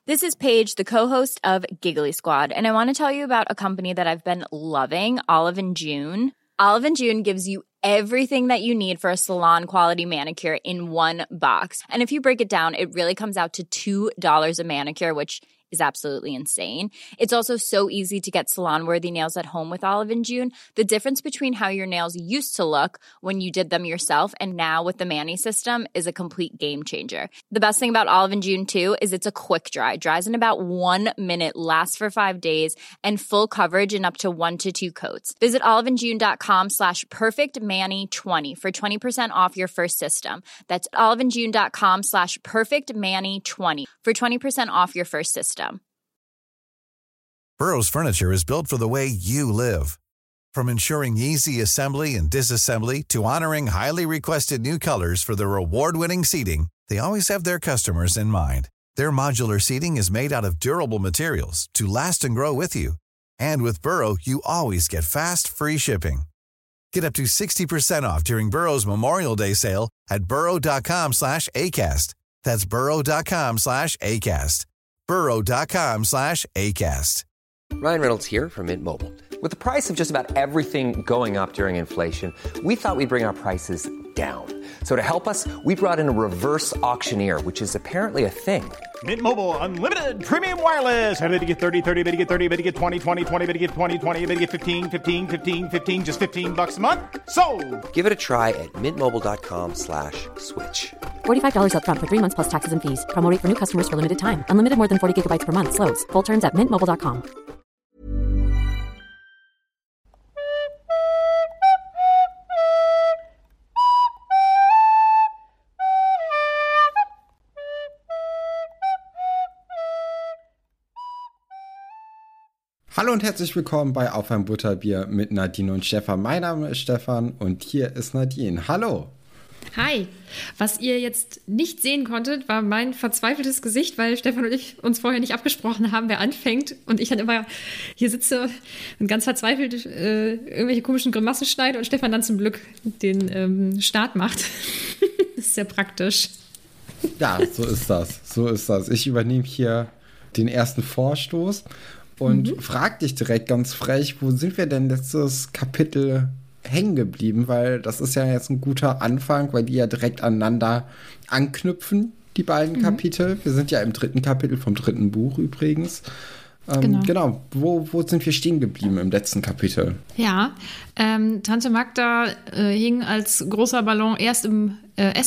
This is Paige, the co-host of Giggly Squad, and I want to tell you about a company that I've been loving, Olive and June. Olive and June gives you everything that you need for a salon-quality manicure in one box. And if you break it down, it really comes out to $2 a manicure, which is absolutely insane. It's also so easy to get salon-worthy nails at home with Olive and June. The difference between how your nails used to look when you did them yourself and now with the Mani system is a complete game changer. The best thing about Olive and June, too, is it's a quick dry. Dries in about 1 minute, lasts for 5 days, and full coverage in up to 1 to 2 coats. Visit oliveandjune.com/perfectmani20 for 20% off your first system. That's oliveandjune.com/perfectmani20 for 20% off your first system. Burrow's furniture is built for the way you live. From ensuring easy assembly and disassembly to honoring highly requested new colors for their award-winning seating, they always have their customers in mind. Their modular seating is made out of durable materials to last and grow with you. And with Burrow, you always get fast, free shipping. Get up to 60% off during Burrow's Memorial Day sale at burrow.com/ACAST. That's burrow.com/ACAST. burrow.com/ACAST. Ryan Reynolds here from Mint Mobile. With the price of just about everything going up during inflation, we thought we'd bring our prices down. So to help us, we brought in a reverse auctioneer, which is apparently a thing. Mint Mobile Unlimited Premium Wireless. How to get 30, 30, bit to get 30, bit to get 20, 20, 20, bit to get 20, 20, bit to get 15, 15, 15, 15, just $15 a month? Sold! Give it a try at mintmobile.com/switch. $45 up front for 3 months plus taxes and fees. Promo rate for new customers for limited time. Unlimited more than 40 gigabytes per month. Slows full terms at mintmobile.com. Hallo und herzlich willkommen bei Auf ein Butterbier mit Nadine und Stefan. Mein Name ist Stefan und hier ist Nadine. Hallo. Hi. Was ihr jetzt nicht sehen konntet, war mein verzweifeltes Gesicht, weil Stefan und ich uns vorher nicht abgesprochen haben, wer anfängt. Und ich dann immer hier sitze und ganz verzweifelt irgendwelche komischen Grimassen schneide und Stefan dann zum Glück den Start macht. Das ist sehr praktisch. Ja, so ist das. So ist das. Ich übernehme hier den ersten Vorstoß. Und frag dich direkt ganz frech, wo sind wir denn letztes Kapitel hängen geblieben? Weil das ist ja jetzt ein guter Anfang, weil die ja direkt aneinander anknüpfen, die beiden Kapitel. Wir sind ja im 3. Kapitel vom 3. Buch übrigens. Genau. Wo sind wir stehen geblieben im letzten Kapitel? Ja, Tante Magda hing als großer Ballon erst im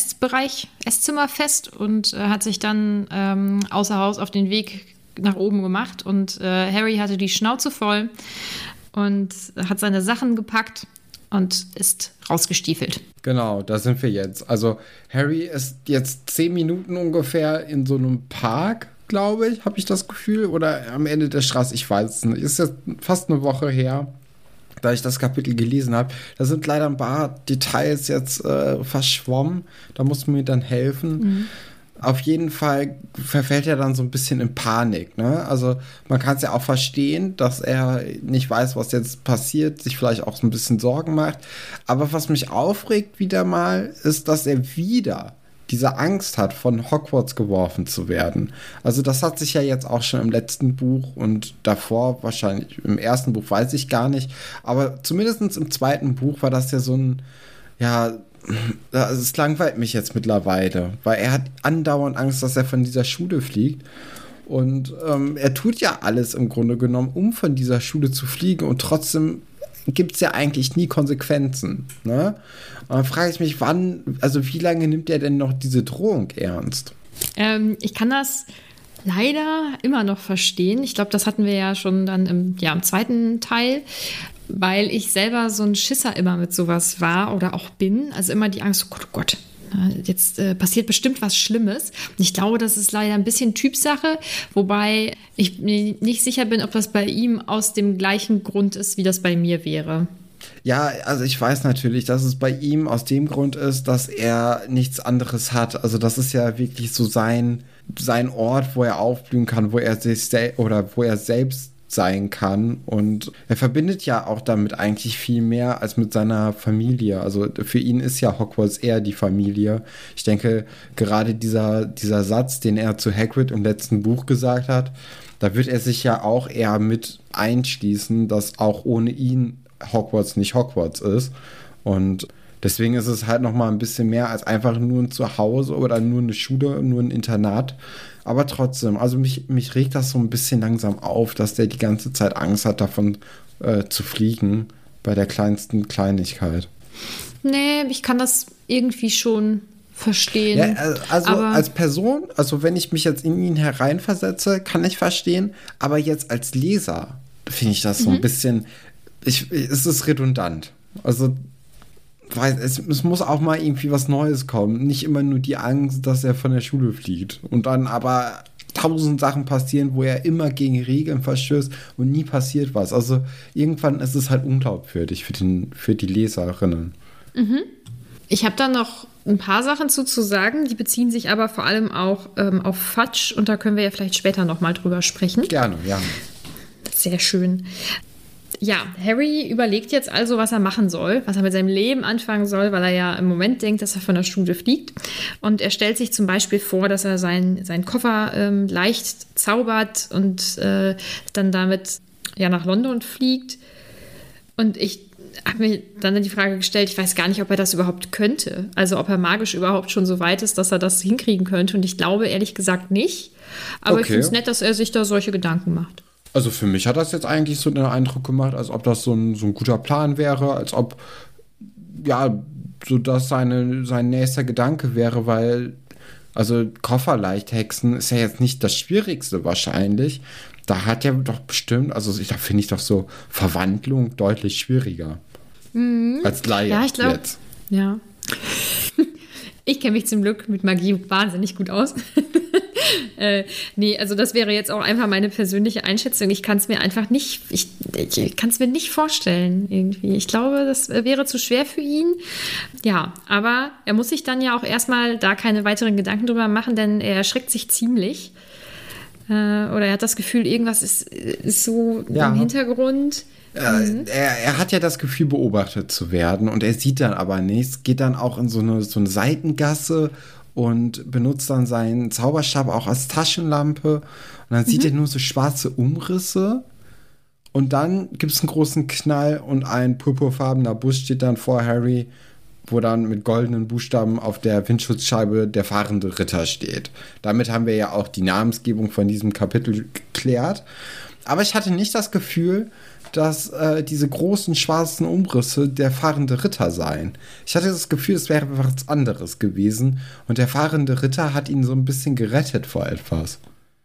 Esszimmer fest und hat sich dann außer Haus auf den Weg nach oben gemacht und Harry hatte die Schnauze voll und hat seine Sachen gepackt und ist rausgestiefelt. Genau, da sind wir jetzt. Also Harry ist jetzt 10 Minuten ungefähr in so einem Park, glaube ich, habe ich das Gefühl, oder am Ende der Straße, ich weiß es nicht. Ist jetzt fast eine Woche her, da ich das Kapitel gelesen habe. Da sind leider ein paar Details jetzt verschwommen. Da muss man mir dann helfen. Auf jeden Fall verfällt er dann so ein bisschen in Panik, ne? Also man kann es ja auch verstehen, dass er nicht weiß, was jetzt passiert, sich vielleicht auch so ein bisschen Sorgen macht. Aber was mich aufregt wieder mal, ist, dass er wieder diese Angst hat, von Hogwarts geworfen zu werden. Also das hat sich ja jetzt auch schon im letzten Buch und davor, wahrscheinlich im ersten Buch, weiß ich gar nicht. Aber zumindest im 2. Buch war das ja so ein, ja, also es langweilt mich jetzt mittlerweile, weil er hat andauernd Angst, dass er von dieser Schule fliegt. Und er tut ja alles im Grunde genommen, um von dieser Schule zu fliegen. Und trotzdem gibt es ja eigentlich nie Konsequenzen. Ne? Und dann frage ich mich, wie lange nimmt er denn noch diese Drohung ernst? Ich kann das leider immer noch verstehen. Ich glaube, das hatten wir ja schon dann im 2. Teil. Weil ich selber so ein Schisser immer mit sowas war oder auch bin. Also immer die Angst, oh Gott, jetzt passiert bestimmt was Schlimmes. Und ich glaube, das ist leider ein bisschen Typsache, wobei ich mir nicht sicher bin, ob das bei ihm aus dem gleichen Grund ist, wie das bei mir wäre. Ja, also ich weiß natürlich, dass es bei ihm aus dem Grund ist, dass er nichts anderes hat. Also das ist ja wirklich so sein Ort, wo er aufblühen kann, wo er sich wo er selbst sein kann. Und er verbindet ja auch damit eigentlich viel mehr als mit seiner Familie. Also für ihn ist ja Hogwarts eher die Familie. Ich denke, gerade dieser Satz, den er zu Hagrid im letzten Buch gesagt hat, da wird er sich ja auch eher mit einschließen, dass auch ohne ihn Hogwarts nicht Hogwarts ist. Und deswegen ist es halt nochmal ein bisschen mehr als einfach nur ein Zuhause oder nur eine Schule, nur ein Internat. Aber trotzdem, also mich regt das so ein bisschen langsam auf, dass der die ganze Zeit Angst hat, davon zu fliegen, bei der kleinsten Kleinigkeit. Nee, ich kann das irgendwie schon verstehen. Ja, also als Person, also wenn ich mich jetzt in ihn hereinversetze, kann ich verstehen. Aber jetzt als Leser finde ich das so ein bisschen, es ist redundant. Also weil es muss auch mal irgendwie was Neues kommen. Nicht immer nur die Angst, dass er von der Schule fliegt. Und dann aber 1000 Sachen passieren, wo er immer gegen Regeln verstößt und nie passiert was. Also irgendwann ist es halt unglaubwürdig für die Leserinnen. Ich habe da noch ein paar Sachen zu sagen, die beziehen sich aber vor allem auch auf Fudge und da können wir ja vielleicht später nochmal drüber sprechen. Gerne. Sehr schön. Ja, Harry überlegt jetzt also, was er machen soll, was er mit seinem Leben anfangen soll, weil er ja im Moment denkt, dass er von der Schule fliegt. Und er stellt sich zum Beispiel vor, dass er seinen Koffer leicht zaubert und dann damit ja nach London fliegt. Und ich habe mir dann die Frage gestellt, ich weiß gar nicht, ob er das überhaupt könnte. Also ob er magisch überhaupt schon so weit ist, dass er das hinkriegen könnte. Und ich glaube ehrlich gesagt nicht. Aber ich finde es nett, dass er sich da solche Gedanken macht. Also für mich hat das jetzt eigentlich so den Eindruck gemacht, als ob das so ein guter Plan wäre, als ob, ja, so das sein nächster Gedanke wäre, weil, also Koffer leicht hexen ist ja jetzt nicht das Schwierigste wahrscheinlich. Da hat er doch bestimmt, also da finde ich doch so Verwandlung deutlich schwieriger. Als Laie ja, ich glaube, jetzt. Ja. Ich kenne mich zum Glück mit Magie wahnsinnig gut aus. Nee, also das wäre jetzt auch einfach meine persönliche Einschätzung. Ich kann es mir einfach nicht, ich kann es mir nicht vorstellen irgendwie. Ich glaube, das wäre zu schwer für ihn. Ja, aber er muss sich dann ja auch erstmal da keine weiteren Gedanken drüber machen, denn er erschreckt sich ziemlich. Oder er hat das Gefühl, irgendwas ist so im Hintergrund. Er hat ja das Gefühl, beobachtet zu werden und er sieht dann aber nichts, geht dann auch in so eine Seitengasse und benutzt dann seinen Zauberstab auch als Taschenlampe. Und dann sieht er nur so schwarze Umrisse. Und dann gibt es einen großen Knall und ein purpurfarbener Bus steht dann vor Harry, wo dann mit goldenen Buchstaben auf der Windschutzscheibe der fahrende Ritter steht. Damit haben wir ja auch die Namensgebung von diesem Kapitel geklärt. Aber ich hatte nicht das Gefühl, dass diese großen schwarzen Umrisse der fahrende Ritter seien. Ich hatte das Gefühl, es wäre was anderes gewesen. Und der fahrende Ritter hat ihn so ein bisschen gerettet vor etwas.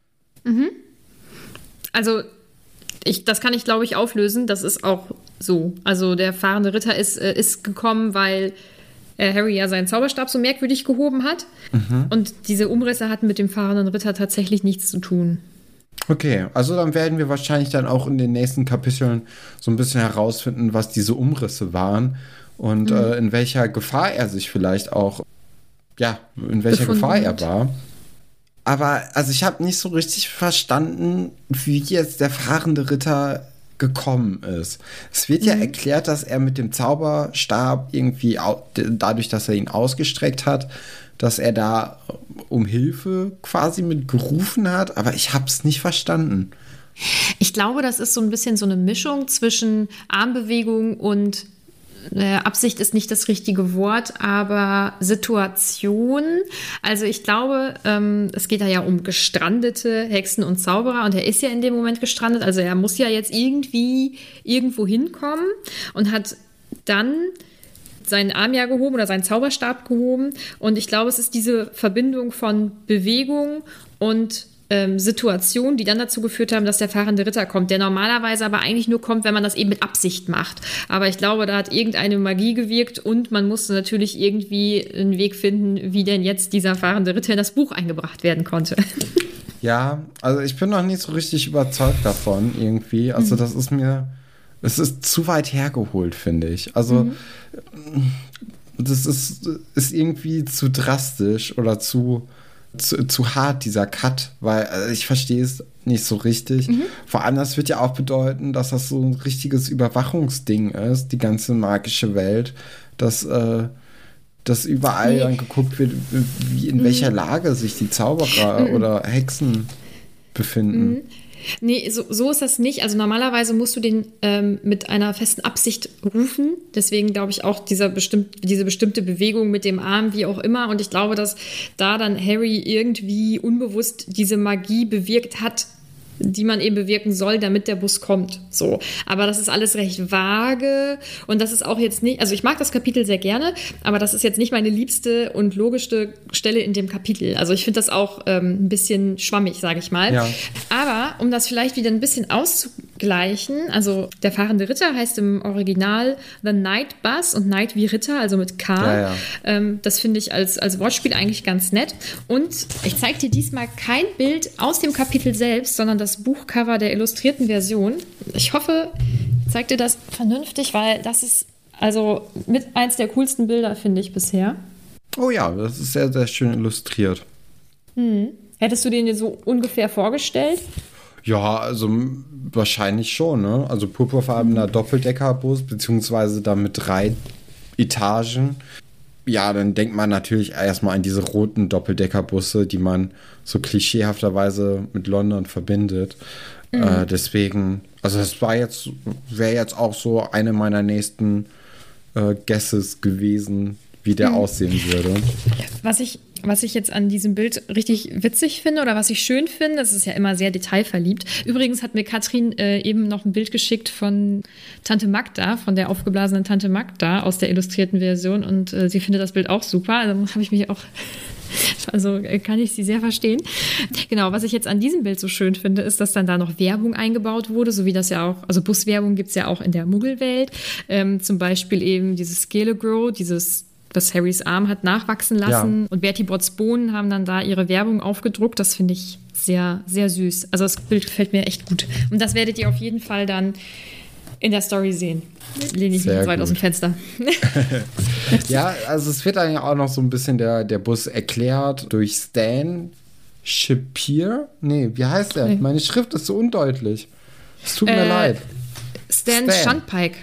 Also, das kann ich, glaube ich, auflösen. Das ist auch so. Also, der fahrende Ritter ist gekommen, weil Harry ja seinen Zauberstab so merkwürdig gehoben hat. Und diese Umrisse hatten mit dem fahrenden Ritter tatsächlich nichts zu tun. Okay, also dann werden wir wahrscheinlich dann auch in den nächsten Kapiteln so ein bisschen herausfinden, was diese Umrisse waren und in welcher Gefahr er sich vielleicht auch, ja, in welcher Gefahr er war. Aber also ich habe nicht so richtig verstanden, wie jetzt der fahrende Ritter gekommen ist. Es wird ja erklärt, dass er mit dem Zauberstab irgendwie, dadurch, dass er ihn ausgestreckt hat, dass er da um Hilfe quasi mit gerufen hat, aber ich habe es nicht verstanden. Ich glaube, das ist so ein bisschen so eine Mischung zwischen Armbewegung und Absicht ist nicht das richtige Wort, aber Situation. Also ich glaube, es geht da ja um gestrandete Hexen und Zauberer und er ist ja in dem Moment gestrandet, also er muss ja jetzt irgendwie irgendwo hinkommen und hat dann seinen Arm ja gehoben oder seinen Zauberstab gehoben. Und ich glaube, es ist diese Verbindung von Bewegung und Situation, die dann dazu geführt haben, dass der fahrende Ritter kommt, der normalerweise aber eigentlich nur kommt, wenn man das eben mit Absicht macht. Aber ich glaube, da hat irgendeine Magie gewirkt und man musste natürlich irgendwie einen Weg finden, wie denn jetzt dieser fahrende Ritter in das Buch eingebracht werden konnte. Ja, also ich bin noch nicht so richtig überzeugt davon irgendwie. Also das ist mir... Es ist zu weit hergeholt, finde ich. Also, das ist irgendwie zu drastisch oder zu zu hart, dieser Cut, weil ich verstehe es nicht so richtig. Vor allem, das wird ja auch bedeuten, dass das so ein richtiges Überwachungsding ist, die ganze magische Welt, dass überall dann geguckt wird, wie in welcher Lage sich die Zauberer oder Hexen befinden. Nee, so ist das nicht. Also normalerweise musst du den mit einer festen Absicht rufen. Deswegen glaube ich auch diese bestimmte Bewegung mit dem Arm, wie auch immer. Und ich glaube, dass da dann Harry irgendwie unbewusst diese Magie bewirkt hat, die man eben bewirken soll, damit der Bus kommt. So. Aber das ist alles recht vage und das ist auch jetzt nicht, also ich mag das Kapitel sehr gerne, aber das ist jetzt nicht meine liebste und logischste Stelle in dem Kapitel. Also ich finde das auch ein bisschen schwammig, sage ich mal. Ja. Aber um das vielleicht wieder ein bisschen auszugleichen, also der fahrende Ritter heißt im Original The Night Bus und Night wie Ritter, also mit K. Ja. Das finde ich als Wortspiel eigentlich ganz nett. Und ich zeige dir diesmal kein Bild aus dem Kapitel selbst, sondern das Buchcover der illustrierten Version. Ich hoffe, ich zeige dir das vernünftig, weil das ist also mit eins der coolsten Bilder, finde ich, bisher. Oh ja, das ist sehr, sehr schön illustriert. Hättest du den dir so ungefähr vorgestellt? Ja, also wahrscheinlich schon, ne? Also purpurfarbener Doppeldeckerbus, beziehungsweise dann mit 3 Etagen. Ja, dann denkt man natürlich erstmal an diese roten Doppeldeckerbusse, die man so klischeehafterweise mit London verbindet. Deswegen, also das wäre jetzt auch so eine meiner nächsten Guesses gewesen, wie der aussehen würde. Was ich jetzt an diesem Bild richtig witzig finde oder was ich schön finde, das ist ja immer sehr detailverliebt. Übrigens hat mir Katrin eben noch ein Bild geschickt von Tante Magda, von der aufgeblasenen Tante Magda aus der illustrierten Version und sie findet das Bild auch super. Also habe ich mich auch, also kann ich sie sehr verstehen. Genau, was ich jetzt an diesem Bild so schön finde, ist, dass dann da noch Werbung eingebaut wurde, so wie das ja auch, also Buswerbung gibt es ja auch in der Muggelwelt. Zum Beispiel eben dieses Skelegrow, was Harrys Arm hat nachwachsen lassen. Ja. Und Bertie Botts Bohnen haben dann da ihre Werbung aufgedruckt. Das finde ich sehr, sehr süß. Also das Bild gefällt mir echt gut. Und das werdet ihr auf jeden Fall dann in der Story sehen. Lehne ich mich jetzt weit aus dem Fenster. Ja, also es wird dann ja auch noch so ein bisschen der Bus erklärt durch Stan Shapiro. Nee, wie heißt der? Meine Schrift ist so undeutlich. Es tut mir leid. Stan Shunpike.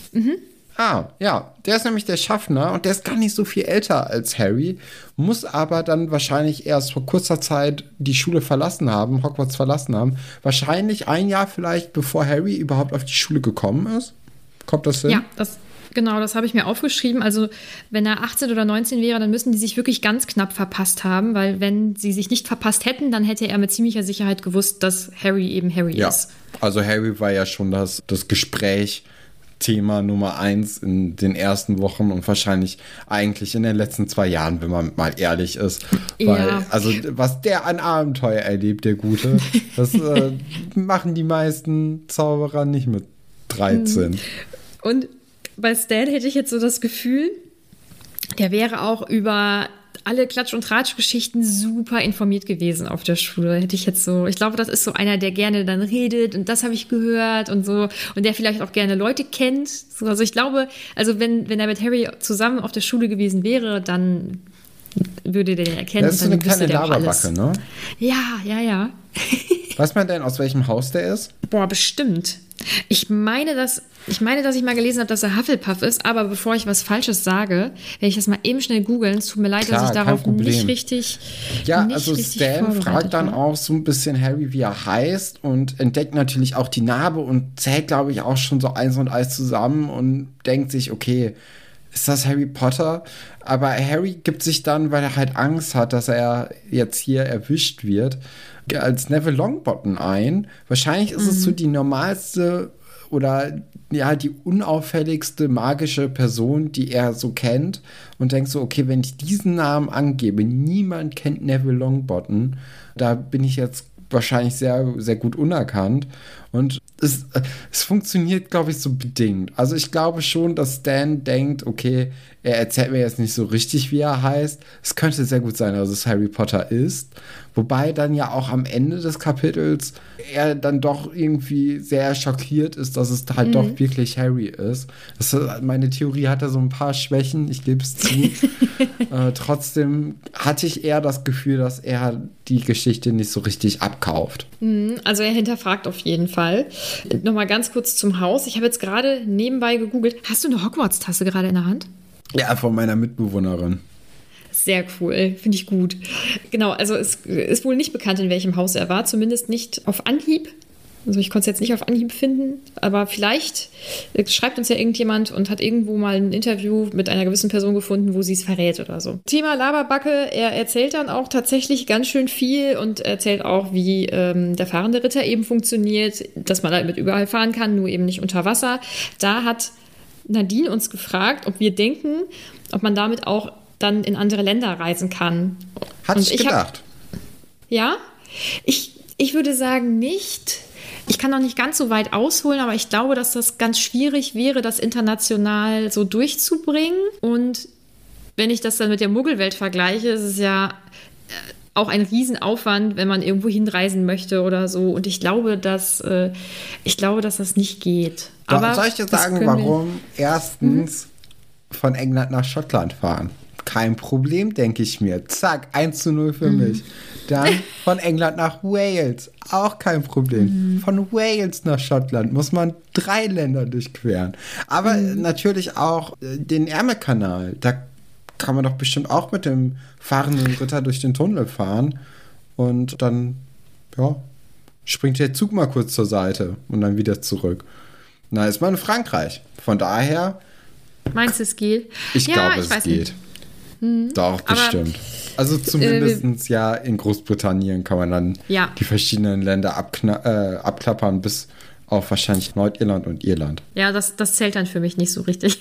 Ah, ja, der ist nämlich der Schaffner und der ist gar nicht so viel älter als Harry, muss aber dann wahrscheinlich erst vor kurzer Zeit die Schule verlassen haben, Hogwarts verlassen haben. Wahrscheinlich ein Jahr vielleicht, bevor Harry überhaupt auf die Schule gekommen ist. Kommt das hin? Ja, das habe ich mir aufgeschrieben. Also wenn er 18 oder 19 wäre, dann müssen die sich wirklich ganz knapp verpasst haben, weil wenn sie sich nicht verpasst hätten, dann hätte er mit ziemlicher Sicherheit gewusst, dass Harry eben Harry ist. Also Harry war ja schon das Gespräch Thema Nummer 1 in den ersten Wochen und wahrscheinlich eigentlich in den letzten 2 Jahren, wenn man mal ehrlich ist. Weil, also was der an Abenteuer erlebt, der Gute, das machen die meisten Zauberer nicht mit 13. Und bei Stan hätte ich jetzt so das Gefühl, der wäre auch über alle Klatsch- und Tratsch-Geschichten super informiert gewesen auf der Schule. Hätte ich jetzt so, ich glaube, das ist so einer, der gerne dann redet und das habe ich gehört und so und der vielleicht auch gerne Leute kennt. So, also ich glaube, also wenn er mit Harry zusammen auf der Schule gewesen wäre, dann würde der den erkennen. Das ist so eine kleine Laberbacke, ne? Ja. Weiß man denn, aus welchem Haus der ist? Boah, bestimmt. Ich meine, dass ich mal gelesen habe, dass er Hufflepuff ist, aber bevor ich was Falsches sage, werde ich das mal eben schnell googeln. Es tut mir leid, dass ich darauf nicht richtig Stan fragt dann auch so ein bisschen Harry, wie er heißt und entdeckt natürlich auch die Narbe und zählt, glaube ich, auch schon so 1 und 1 zusammen und denkt sich, okay, ist das Harry Potter? Aber Harry gibt sich dann, weil er halt Angst hat, dass er jetzt hier erwischt wird, als Neville Longbottom ein. Wahrscheinlich ist es so die normalste oder ja, die unauffälligste magische Person, die er so kennt und denkt so, okay, wenn ich diesen Namen angebe, niemand kennt Neville Longbottom, da bin ich jetzt wahrscheinlich sehr, sehr gut unerkannt Und es funktioniert, glaube ich, so bedingt. Also ich glaube schon, dass Stan denkt, okay, er erzählt mir jetzt nicht so richtig, wie er heißt. Es könnte sehr gut sein, dass es Harry Potter ist. Wobei dann ja auch am Ende des Kapitels er dann doch irgendwie sehr schockiert ist, dass es halt doch wirklich Harry ist. Meine Theorie hatte so ein paar Schwächen, ich gebe es zu. Trotzdem hatte ich eher das Gefühl, dass er die Geschichte nicht so richtig abkauft. Also er hinterfragt auf jeden Fall. Nochmal ganz kurz zum Haus. Ich habe jetzt gerade nebenbei gegoogelt. Hast du eine Hogwarts-Tasse gerade in der Hand? Ja, von meiner Mitbewohnerin. Sehr cool, finde ich gut. Genau, also es ist wohl nicht bekannt, in welchem Haus er war, zumindest nicht auf Anhieb. Also ich konnte es jetzt nicht auf Anhieb finden, aber vielleicht schreibt uns ja irgendjemand und hat irgendwo mal ein Interview mit einer gewissen Person gefunden, wo sie es verrät oder so. Thema Laberbacke, er erzählt dann auch tatsächlich ganz schön viel und erzählt auch, wie der fahrende Ritter eben funktioniert, dass man damit überall fahren kann, nur eben nicht unter Wasser. Da hat Nadine uns gefragt, ob wir denken, ob man damit auch dann in andere Länder reisen kann. Hatte ich gedacht. Ja? Ich würde sagen nicht. Ich kann noch nicht ganz so weit ausholen, aber ich glaube, dass das ganz schwierig wäre, das international so durchzubringen. Und wenn ich das dann mit der Muggelwelt vergleiche, ist es ja auch ein Riesenaufwand, wenn man irgendwo hinreisen möchte oder so. Und ich glaube, dass das nicht geht. Aber soll ich dir sagen, warum? Erstens von England nach Schottland fahren. Kein Problem, denke ich mir. Zack, 1:0 für mich. Dann von England nach Wales. Auch kein Problem. Von Wales nach Schottland muss man 3 Länder durchqueren. Aber natürlich auch den Ärmelkanal. Da kann man doch bestimmt auch mit dem fahrenden Ritter durch den Tunnel fahren. Und dann, ja, springt der Zug mal kurz zur Seite und dann wieder zurück. Na, ist man in Frankreich. Von daher... Meinst du, es geht? Ich glaube, es geht. Doch, bestimmt. Also zumindest ja in Großbritannien kann man dann die verschiedenen Länder abklappern bis auf wahrscheinlich Nordirland und Irland. Ja, das zählt dann für mich nicht so richtig.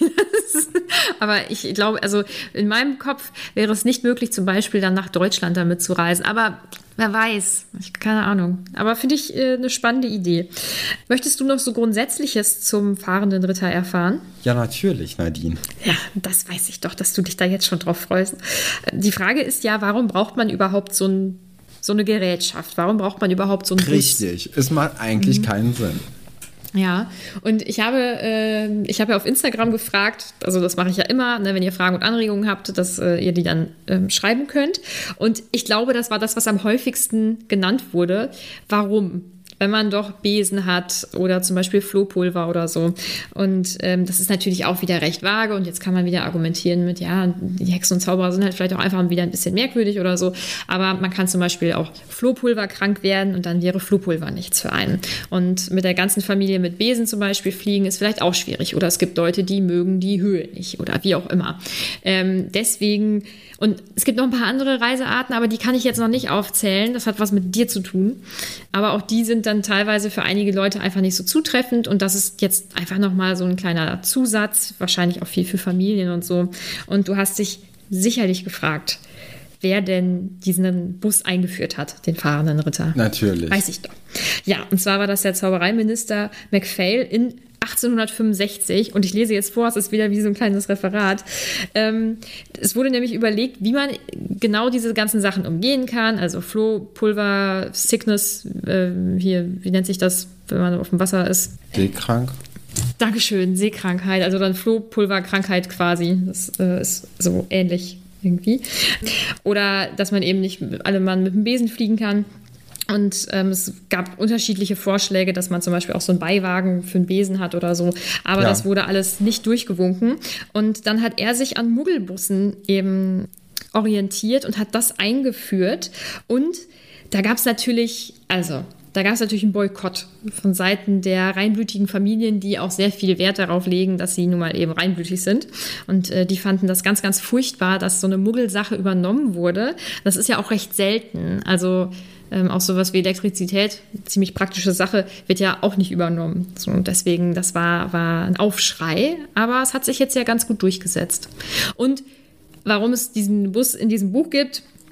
Aber ich glaube, also in meinem Kopf wäre es nicht möglich, zum Beispiel dann nach Deutschland damit zu reisen. Aber wer weiß, keine Ahnung. Aber finde ich eine spannende Idee. Möchtest du noch so Grundsätzliches zum fahrenden Ritter erfahren? Ja, natürlich, Nadine. Ja, das weiß ich doch, dass du dich da jetzt schon drauf freust. Die Frage ist ja, warum braucht man überhaupt so eine Gerätschaft? Warum braucht man überhaupt so einen Bus? Richtig, es macht eigentlich keinen Sinn. Ja, und ich habe ja auf Instagram gefragt, also das mache ich ja immer, ne, wenn ihr Fragen und Anregungen habt, dass ihr die dann schreiben könnt. Und ich glaube, das war das, was am häufigsten genannt wurde. Warum? Wenn man doch Besen hat oder zum Beispiel Flohpulver oder so. Und das ist natürlich auch wieder recht vage. Und jetzt kann man wieder argumentieren mit, ja, die Hexen und Zauberer sind halt vielleicht auch einfach wieder ein bisschen merkwürdig oder so. Aber man kann zum Beispiel auch Flohpulver krank werden und dann wäre Flohpulver nichts für einen. Und mit der ganzen Familie mit Besen zum Beispiel fliegen ist vielleicht auch schwierig. Oder es gibt Leute, die mögen die Höhe nicht oder wie auch immer. Deswegen, und es gibt noch ein paar andere Reisearten, aber die kann ich jetzt noch nicht aufzählen. Das hat was mit dir zu tun. Aber auch die sind dann teilweise für einige Leute einfach nicht so zutreffend und das ist jetzt einfach nochmal so ein kleiner Zusatz, wahrscheinlich auch viel für Familien und so. Und du hast dich sicherlich gefragt, wer denn diesen Bus eingeführt hat, den fahrenden Ritter. Natürlich. Weiß ich doch. Ja, und zwar war das der Zaubereiminister MacPhail in 1865 und ich lese jetzt vor, es ist wieder wie so ein kleines Referat. Es wurde nämlich überlegt, wie man genau diese ganzen Sachen umgehen kann, also Flohpulver, Sickness, hier, wie nennt sich das, wenn man auf dem Wasser ist? Seekrank. Dankeschön, Seekrankheit, also dann Flohpulverkrankheit quasi, das ist so ähnlich irgendwie. Oder dass man eben nicht alle Mann mit dem Besen fliegen kann. Und es gab unterschiedliche Vorschläge, dass man zum Beispiel auch so einen Beiwagen für einen Besen hat oder so. Aber das wurde alles nicht durchgewunken. Und dann hat er sich an Muggelbussen eben orientiert und hat das eingeführt. Und da gab es natürlich einen Boykott von Seiten der reinblütigen Familien, die auch sehr viel Wert darauf legen, dass sie nun mal eben reinblütig sind. Und die fanden das ganz, ganz furchtbar, dass so eine Muggelsache übernommen wurde. Das ist ja auch recht selten. Also auch sowas wie Elektrizität, ziemlich praktische Sache, wird ja auch nicht übernommen. So, und deswegen, das war ein Aufschrei, aber es hat sich jetzt ja ganz gut durchgesetzt. Und warum es diesen Bus in diesem Buch gibt,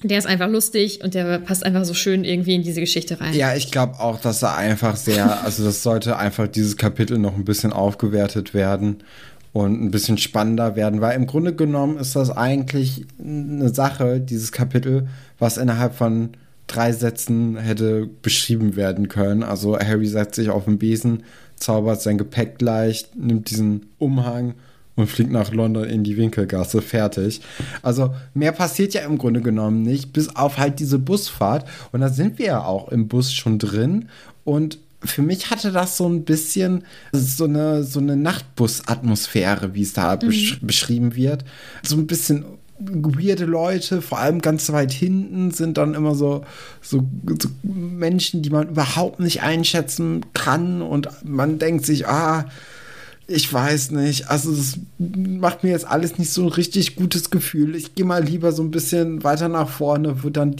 Der ist einfach lustig und der passt einfach so schön irgendwie in diese Geschichte rein. Ja, ich glaube auch, dass er einfach also das sollte einfach dieses Kapitel noch ein bisschen aufgewertet werden und ein bisschen spannender werden, weil im Grunde genommen ist das eigentlich eine Sache, dieses Kapitel, was innerhalb von 3 Sätzen hätte beschrieben werden können. Also Harry setzt sich auf den Besen, zaubert sein Gepäck leicht, nimmt diesen Umhang und fliegt nach London in die Winkelgasse, fertig. Also mehr passiert ja im Grunde genommen nicht, bis auf halt diese Busfahrt. Und da sind wir ja auch im Bus schon drin. Und für mich hatte das so ein bisschen so eine Nachtbus-Atmosphäre, wie es da beschrieben wird. So ein bisschen weirde Leute, vor allem ganz weit hinten sind dann immer so Menschen, die man überhaupt nicht einschätzen kann. Und man denkt sich, ich weiß nicht, also das macht mir jetzt alles nicht so ein richtig gutes Gefühl. Ich gehe mal lieber so ein bisschen weiter nach vorne, wo dann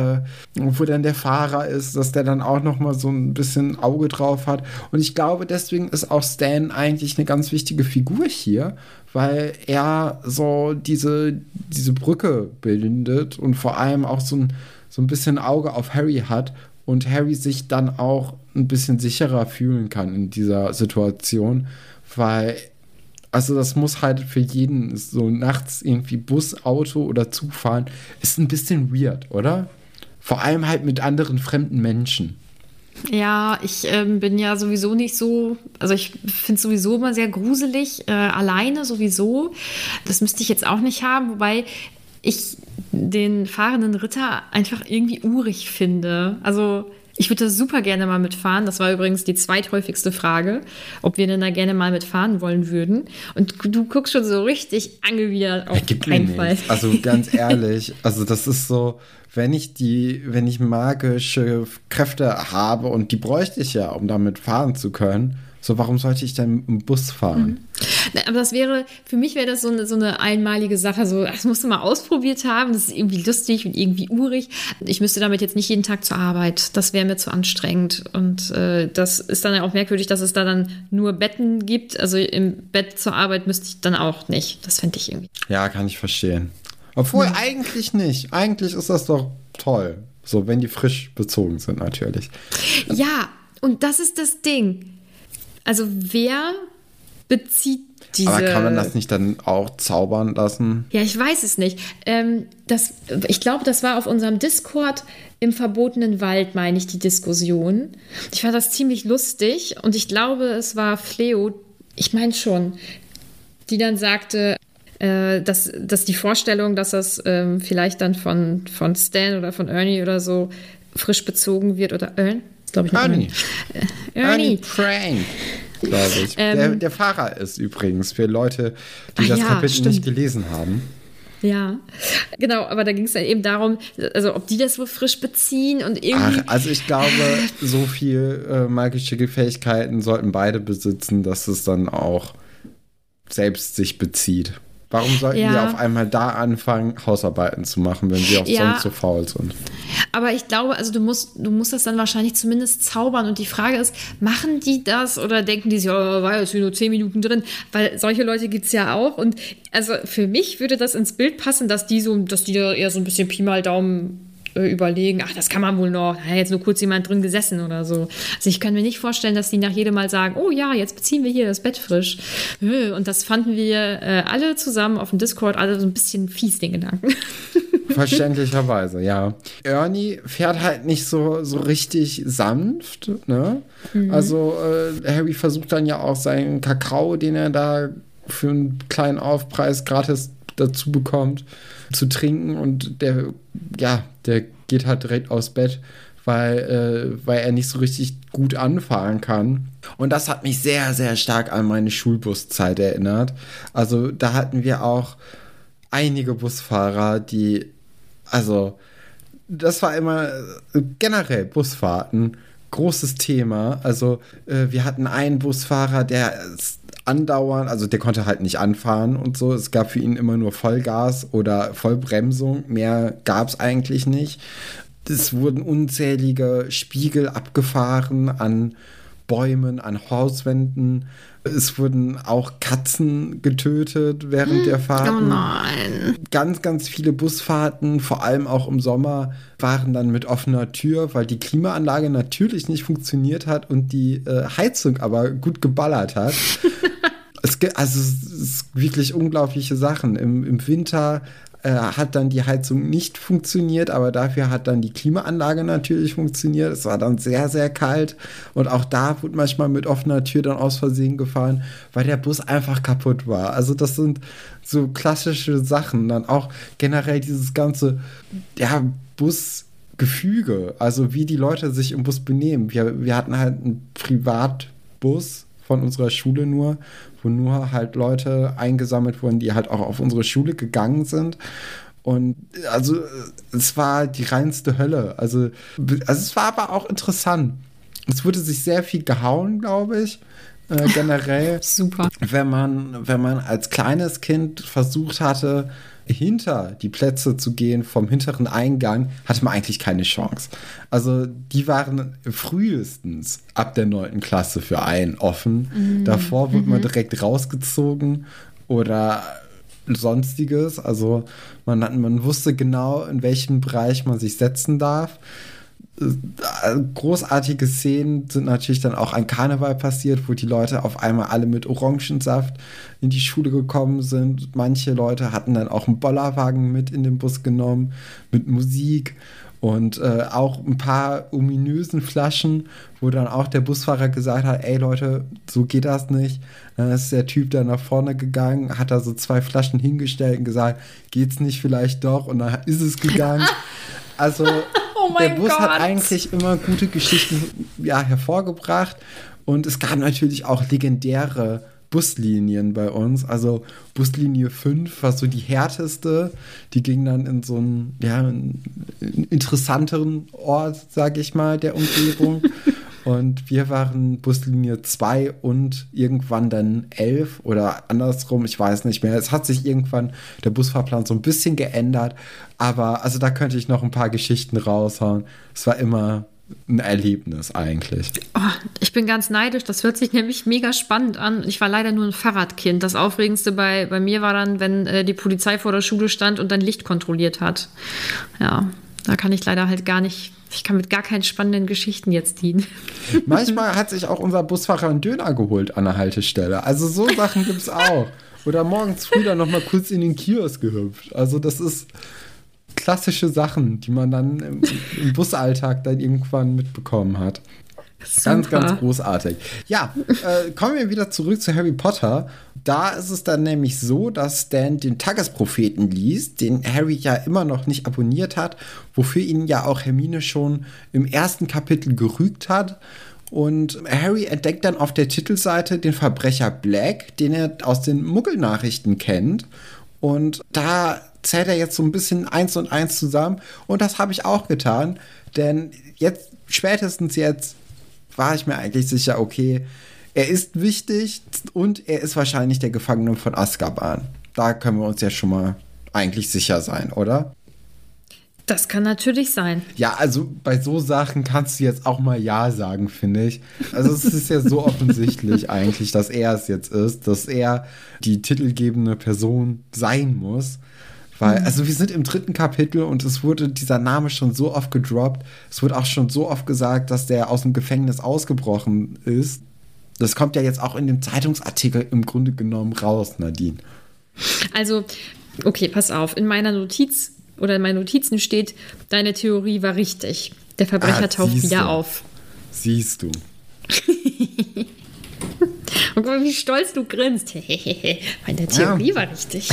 der Fahrer ist, dass der dann auch noch mal so ein bisschen Auge drauf hat. Und ich glaube, deswegen ist auch Stan eigentlich eine ganz wichtige Figur hier, weil er so diese Brücke bildet und vor allem auch so ein bisschen Auge auf Harry hat und Harry sich dann auch ein bisschen sicherer fühlen kann in dieser Situation. Weil, also das muss halt für jeden so nachts irgendwie Bus, Auto oder Zug fahren, ist ein bisschen weird, oder? Vor allem halt mit anderen fremden Menschen. Ja, ich bin ja sowieso nicht so, also ich finde es sowieso immer sehr gruselig, alleine sowieso. Das müsste ich jetzt auch nicht haben, wobei ich den fahrenden Ritter einfach irgendwie urig finde. Also ich würde da super gerne mal mitfahren. Das war übrigens die zweithäufigste Frage, ob wir denn da gerne mal mitfahren wollen würden. Und du guckst schon so richtig angewidert auf keinen Fall. Also ganz ehrlich, also das ist so, wenn ich magische Kräfte habe und die bräuchte ich ja, um damit fahren zu können, so warum sollte ich denn im Bus fahren? Aber für mich wäre das so eine einmalige Sache, so, das musst du mal ausprobiert haben, das ist irgendwie lustig und irgendwie urig. Ich müsste damit jetzt nicht jeden Tag zur Arbeit, das wäre mir zu anstrengend. Und das ist dann ja auch merkwürdig, dass es da dann nur Betten gibt, also im Bett zur Arbeit müsste ich dann auch nicht, das fände ich irgendwie. Ja, kann ich verstehen. Obwohl, eigentlich nicht. Eigentlich ist das doch toll, so wenn die frisch bezogen sind natürlich. Ja, und das ist das Ding. Also wer bezieht diese... Aber kann man das nicht dann auch zaubern lassen? Ja, ich weiß es nicht. Ich glaube, das war auf unserem Discord im verbotenen Wald, meine ich, die Diskussion. Ich fand das ziemlich lustig und ich glaube, es war Fleo, ich meine schon, die dann sagte, dass die Vorstellung, dass das vielleicht dann von Stan oder von Ernie oder so frisch bezogen wird oder glaube ich nicht. Ernie Prank, glaube ich. Der Fahrer ist übrigens für Leute, die das Kapitel nicht gelesen haben. Ja, genau, aber da ging es dann eben darum, also ob die das wohl frisch beziehen und irgendwie... Also ich glaube, so viel magische Fähigkeiten sollten beide besitzen, dass es dann auch selbst sich bezieht. Warum sollten wir auf einmal da anfangen, Hausarbeiten zu machen, wenn wir auch sonst so faul sind? Aber ich glaube, also du musst das dann wahrscheinlich zumindest zaubern. Und die Frage ist, machen die das oder denken die sich, war jetzt nur 10 Minuten drin? Weil solche Leute gibt es ja auch. Und also für mich würde das ins Bild passen, dass die da eher so ein bisschen Pi mal Daumen überlegen, das kann man wohl noch, da hat jetzt nur kurz jemand drin gesessen oder so. Also ich kann mir nicht vorstellen, dass die nach jedem Mal sagen, oh ja, jetzt beziehen wir hier das Bett frisch. Und das fanden wir alle zusammen auf dem Discord, alle so ein bisschen fies, den Gedanken. Verständlicherweise, ja. Ernie fährt halt nicht so richtig sanft, ne? Mhm. Also Harry versucht dann ja auch seinen Kakao, den er da für einen kleinen Aufpreis gratis dazu bekommt, zu trinken und der geht halt direkt aufs Bett, weil er nicht so richtig gut anfahren kann. Und das hat mich sehr, sehr stark an meine Schulbuszeit erinnert. Also da hatten wir auch einige Busfahrer, das war immer generell Busfahrten, großes Thema. Also wir hatten einen Busfahrer, der andauernd, also der konnte halt nicht anfahren und so. Es gab für ihn immer nur Vollgas oder Vollbremsung. Mehr gab es eigentlich nicht. Es wurden unzählige Spiegel abgefahren an Bäumen, an Hauswänden. Es wurden auch Katzen getötet während der Fahrten. Oh nein. Ganz, ganz viele Busfahrten, vor allem auch im Sommer, waren dann mit offener Tür, weil die Klimaanlage natürlich nicht funktioniert hat und die Heizung aber gut geballert hat. Es ist wirklich unglaubliche Sachen. Im Winter hat dann die Heizung nicht funktioniert, aber dafür hat dann die Klimaanlage natürlich funktioniert. Es war dann sehr, sehr kalt und auch da wurde manchmal mit offener Tür dann aus Versehen gefahren, weil der Bus einfach kaputt war. Also das sind so klassische Sachen. Dann auch generell dieses ganze Busgefüge, also wie die Leute sich im Bus benehmen. Wir hatten halt einen Privatbus von unserer Schule nur, wo nur halt Leute eingesammelt wurden, die halt auch auf unsere Schule gegangen sind. Und also es war die reinste Hölle. Also es war aber auch interessant. Es wurde sich sehr viel gehauen, glaube ich. Generell. Super. Wenn man als kleines Kind versucht hatte, hinter die Plätze zu gehen, vom hinteren Eingang, hatte man eigentlich keine Chance. Also die waren frühestens ab der 9. Klasse für einen offen. Davor wurde man direkt rausgezogen oder sonstiges. Also man wusste genau, in welchem Bereich man sich setzen darf. Großartige Szenen sind natürlich dann auch an Karneval passiert, wo die Leute auf einmal alle mit Orangensaft in die Schule gekommen sind. Manche Leute hatten dann auch einen Bollerwagen mit in den Bus genommen, mit Musik und auch ein paar ominösen Flaschen, wo dann auch der Busfahrer gesagt hat, ey Leute, so geht das nicht. Dann ist der Typ dann nach vorne gegangen, hat da so 2 Flaschen hingestellt und gesagt, geht's nicht vielleicht doch? Und dann ist es gegangen. Also der Bus hat eigentlich immer gute Geschichten hervorgebracht und es gab natürlich auch legendäre Buslinien bei uns. Also Buslinie 5 war so die härteste. Die ging dann in so einen interessanteren Ort, sage ich mal, der Umgebung. Und wir waren Buslinie 2 und irgendwann dann 11 oder andersrum, ich weiß nicht mehr. Es hat sich irgendwann der Busfahrplan so ein bisschen geändert, aber also da könnte ich noch ein paar Geschichten raushauen. Es war immer ein Erlebnis eigentlich. Oh, ich bin ganz neidisch, das hört sich nämlich mega spannend an. Ich war leider nur ein Fahrradkind. Das Aufregendste bei mir war dann, wenn die Polizei vor der Schule stand und dann Licht kontrolliert hat. Ja, da kann ich leider halt gar nicht. Ich kann mit gar keinen spannenden Geschichten jetzt dienen. Manchmal hat sich auch unser Busfahrer einen Döner geholt an der Haltestelle. Also so Sachen gibt es auch. Oder morgens früh dann noch mal kurz in den Kiosk gehüpft. Also das ist klassische Sachen, die man dann im Busalltag dann irgendwann mitbekommen hat. Super. Ganz, ganz großartig. Ja, kommen wir wieder zurück zu Harry Potter. Da ist es dann nämlich so, dass Stan den Tagespropheten liest, den Harry ja immer noch nicht abonniert hat, wofür ihn ja auch Hermine schon im ersten Kapitel gerügt hat. Und Harry entdeckt dann auf der Titelseite den Verbrecher Black, den er aus den Muggelnachrichten kennt. Und da zählt er jetzt so ein bisschen 1 und 1 zusammen. Und das habe ich auch getan, denn spätestens jetzt war ich mir eigentlich sicher, okay, er ist wichtig und er ist wahrscheinlich der Gefangene von Azkaban. Da können wir uns ja schon mal eigentlich sicher sein, oder? Das kann natürlich sein. Ja, also bei so Sachen kannst du jetzt auch mal Ja sagen, finde ich. Also es ist ja so offensichtlich eigentlich, dass er es jetzt ist, dass er die titelgebende Person sein muss. Weil, also wir sind im 3. Kapitel und es wurde dieser Name schon so oft gedroppt. Es wurde auch schon so oft gesagt, dass der aus dem Gefängnis ausgebrochen ist. Das kommt ja jetzt auch in dem Zeitungsartikel im Grunde genommen raus, Nadine. Also, okay, pass auf. In meiner Notiz oder in meinen Notizen steht, deine Theorie war richtig. Der Verbrecher taucht wieder auf. Siehst du. Und guck mal, wie stolz du grinst. Meine Theorie war richtig.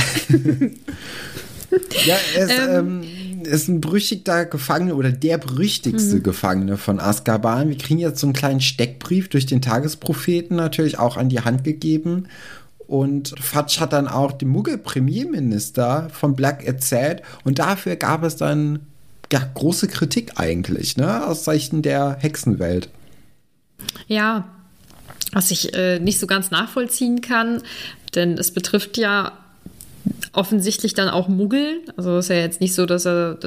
Ja, er ist ein berüchtigter Gefangene oder der berüchtigste Gefangene von Azkaban. Wir kriegen jetzt so einen kleinen Steckbrief durch den Tagespropheten natürlich auch an die Hand gegeben. Und Fudge hat dann auch dem Muggel-Premierminister von Black erzählt. Und dafür gab es dann große Kritik eigentlich, ne, aus Sicht der Hexenwelt. Ja, was ich nicht so ganz nachvollziehen kann, denn es betrifft ja offensichtlich dann auch Muggel. Also ist ja jetzt nicht so, dass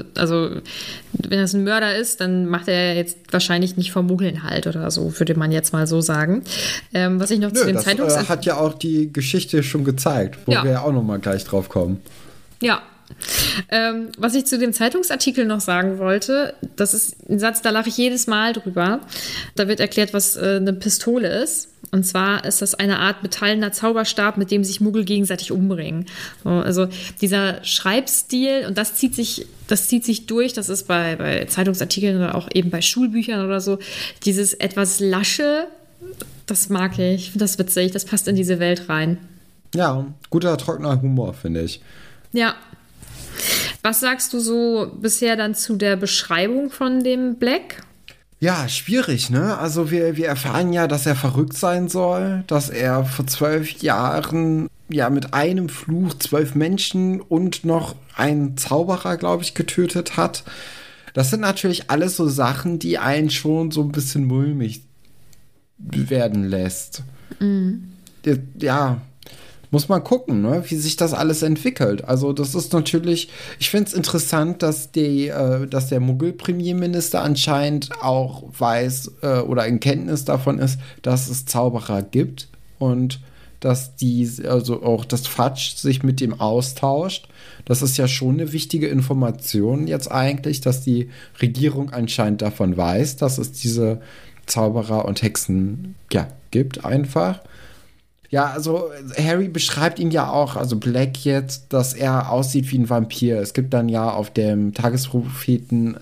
wenn das ein Mörder ist, dann macht er jetzt wahrscheinlich nicht vom Muggeln halt oder so, würde man jetzt mal so sagen. Was ich noch zu dem das hat ja auch die Geschichte schon gezeigt, wo wir ja auch noch mal gleich drauf kommen. Ja. Was ich zu dem Zeitungsartikel noch sagen wollte, das ist ein Satz, da lache ich jedes Mal drüber. Da wird erklärt, was eine Pistole ist. Und zwar ist das eine Art metallener Zauberstab, mit dem sich Muggel gegenseitig umbringen. Also dieser Schreibstil, und das zieht sich durch, das ist bei Zeitungsartikeln oder auch eben bei Schulbüchern oder so, dieses etwas Lasche, das mag ich. Ich finde das witzig, das passt in diese Welt rein. Ja, guter, trockener Humor, finde ich. Ja. Was sagst du so bisher dann zu der Beschreibung von dem Black? Ja, schwierig, ne? Also wir erfahren ja, dass er verrückt sein soll, dass er vor 12 Jahren ja mit einem Fluch 12 Menschen und noch einen Zauberer, glaube ich, getötet hat. Das sind natürlich alles so Sachen, die einen schon so ein bisschen mulmig werden lässt. Mhm. Ja, muss man gucken, ne, wie sich das alles entwickelt. Also das ist natürlich, ich finde es interessant, dass der Muggel-Premierminister anscheinend auch weiß oder in Kenntnis davon ist, dass es Zauberer gibt und dass also auch das Fudge sich mit dem austauscht. Das ist ja schon eine wichtige Information jetzt eigentlich, dass die Regierung anscheinend davon weiß, dass es diese Zauberer und Hexen gibt einfach. Ja, also Harry beschreibt ihn ja auch, also Black jetzt, dass er aussieht wie ein Vampir. Es gibt dann ja auf dem Tagespropheten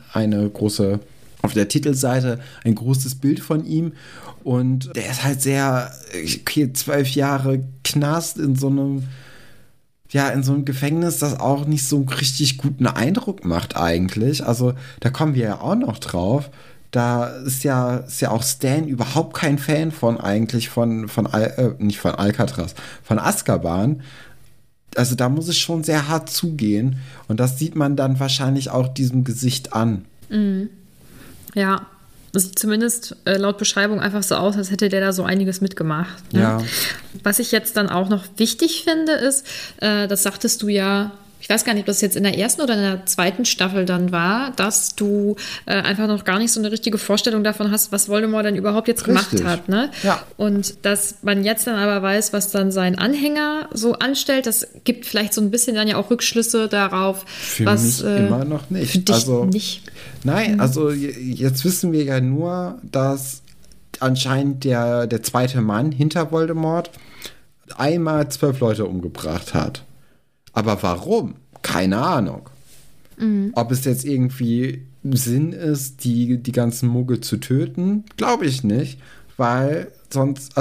auf der Titelseite ein großes Bild von ihm. Und der ist halt sehr, 12 Jahre Knast in so einem Gefängnis, das auch nicht so einen richtig guten Eindruck macht eigentlich. Also da kommen wir ja auch noch drauf. Da ist ja auch Stan überhaupt kein Fan von eigentlich nicht von Alcatraz, von Azkaban. Also da muss es schon sehr hart zugehen. Und das sieht man dann wahrscheinlich auch diesem Gesicht an. Mhm. Ja, das sieht zumindest laut Beschreibung einfach so aus, als hätte der da so einiges mitgemacht. Ne? Ja. Was ich jetzt dann auch noch wichtig finde, ist, das sagtest du ja, ich weiß gar nicht, ob das jetzt in der ersten oder in der zweiten Staffel dann war, dass du einfach noch gar nicht so eine richtige Vorstellung davon hast, was Voldemort denn überhaupt jetzt gemacht hat. Ne? Ja. Und dass man jetzt dann aber weiß, was dann sein Anhänger so anstellt, das gibt vielleicht so ein bisschen dann ja auch Rückschlüsse darauf. Für mich immer noch nicht. Für dich nicht? Nein, also jetzt wissen wir ja nur, dass anscheinend der zweite Mann hinter Voldemort einmal 12 Leute umgebracht hat. Aber warum? Keine Ahnung. Mhm. Ob es jetzt irgendwie Sinn ist, die ganzen Muggel zu töten, glaube ich nicht. Weil sonst,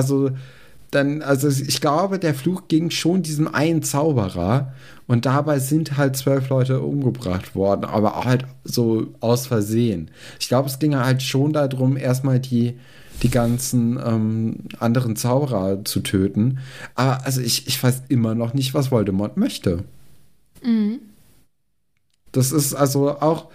ich glaube, der Fluch ging schon diesem einen Zauberer und dabei sind halt 12 Leute umgebracht worden, aber halt so aus Versehen. Ich glaube, es ging halt schon darum, erstmal die ganzen anderen Zauberer zu töten. Aber also ich weiß immer noch nicht, was Voldemort möchte. Mhm. Das ist also auch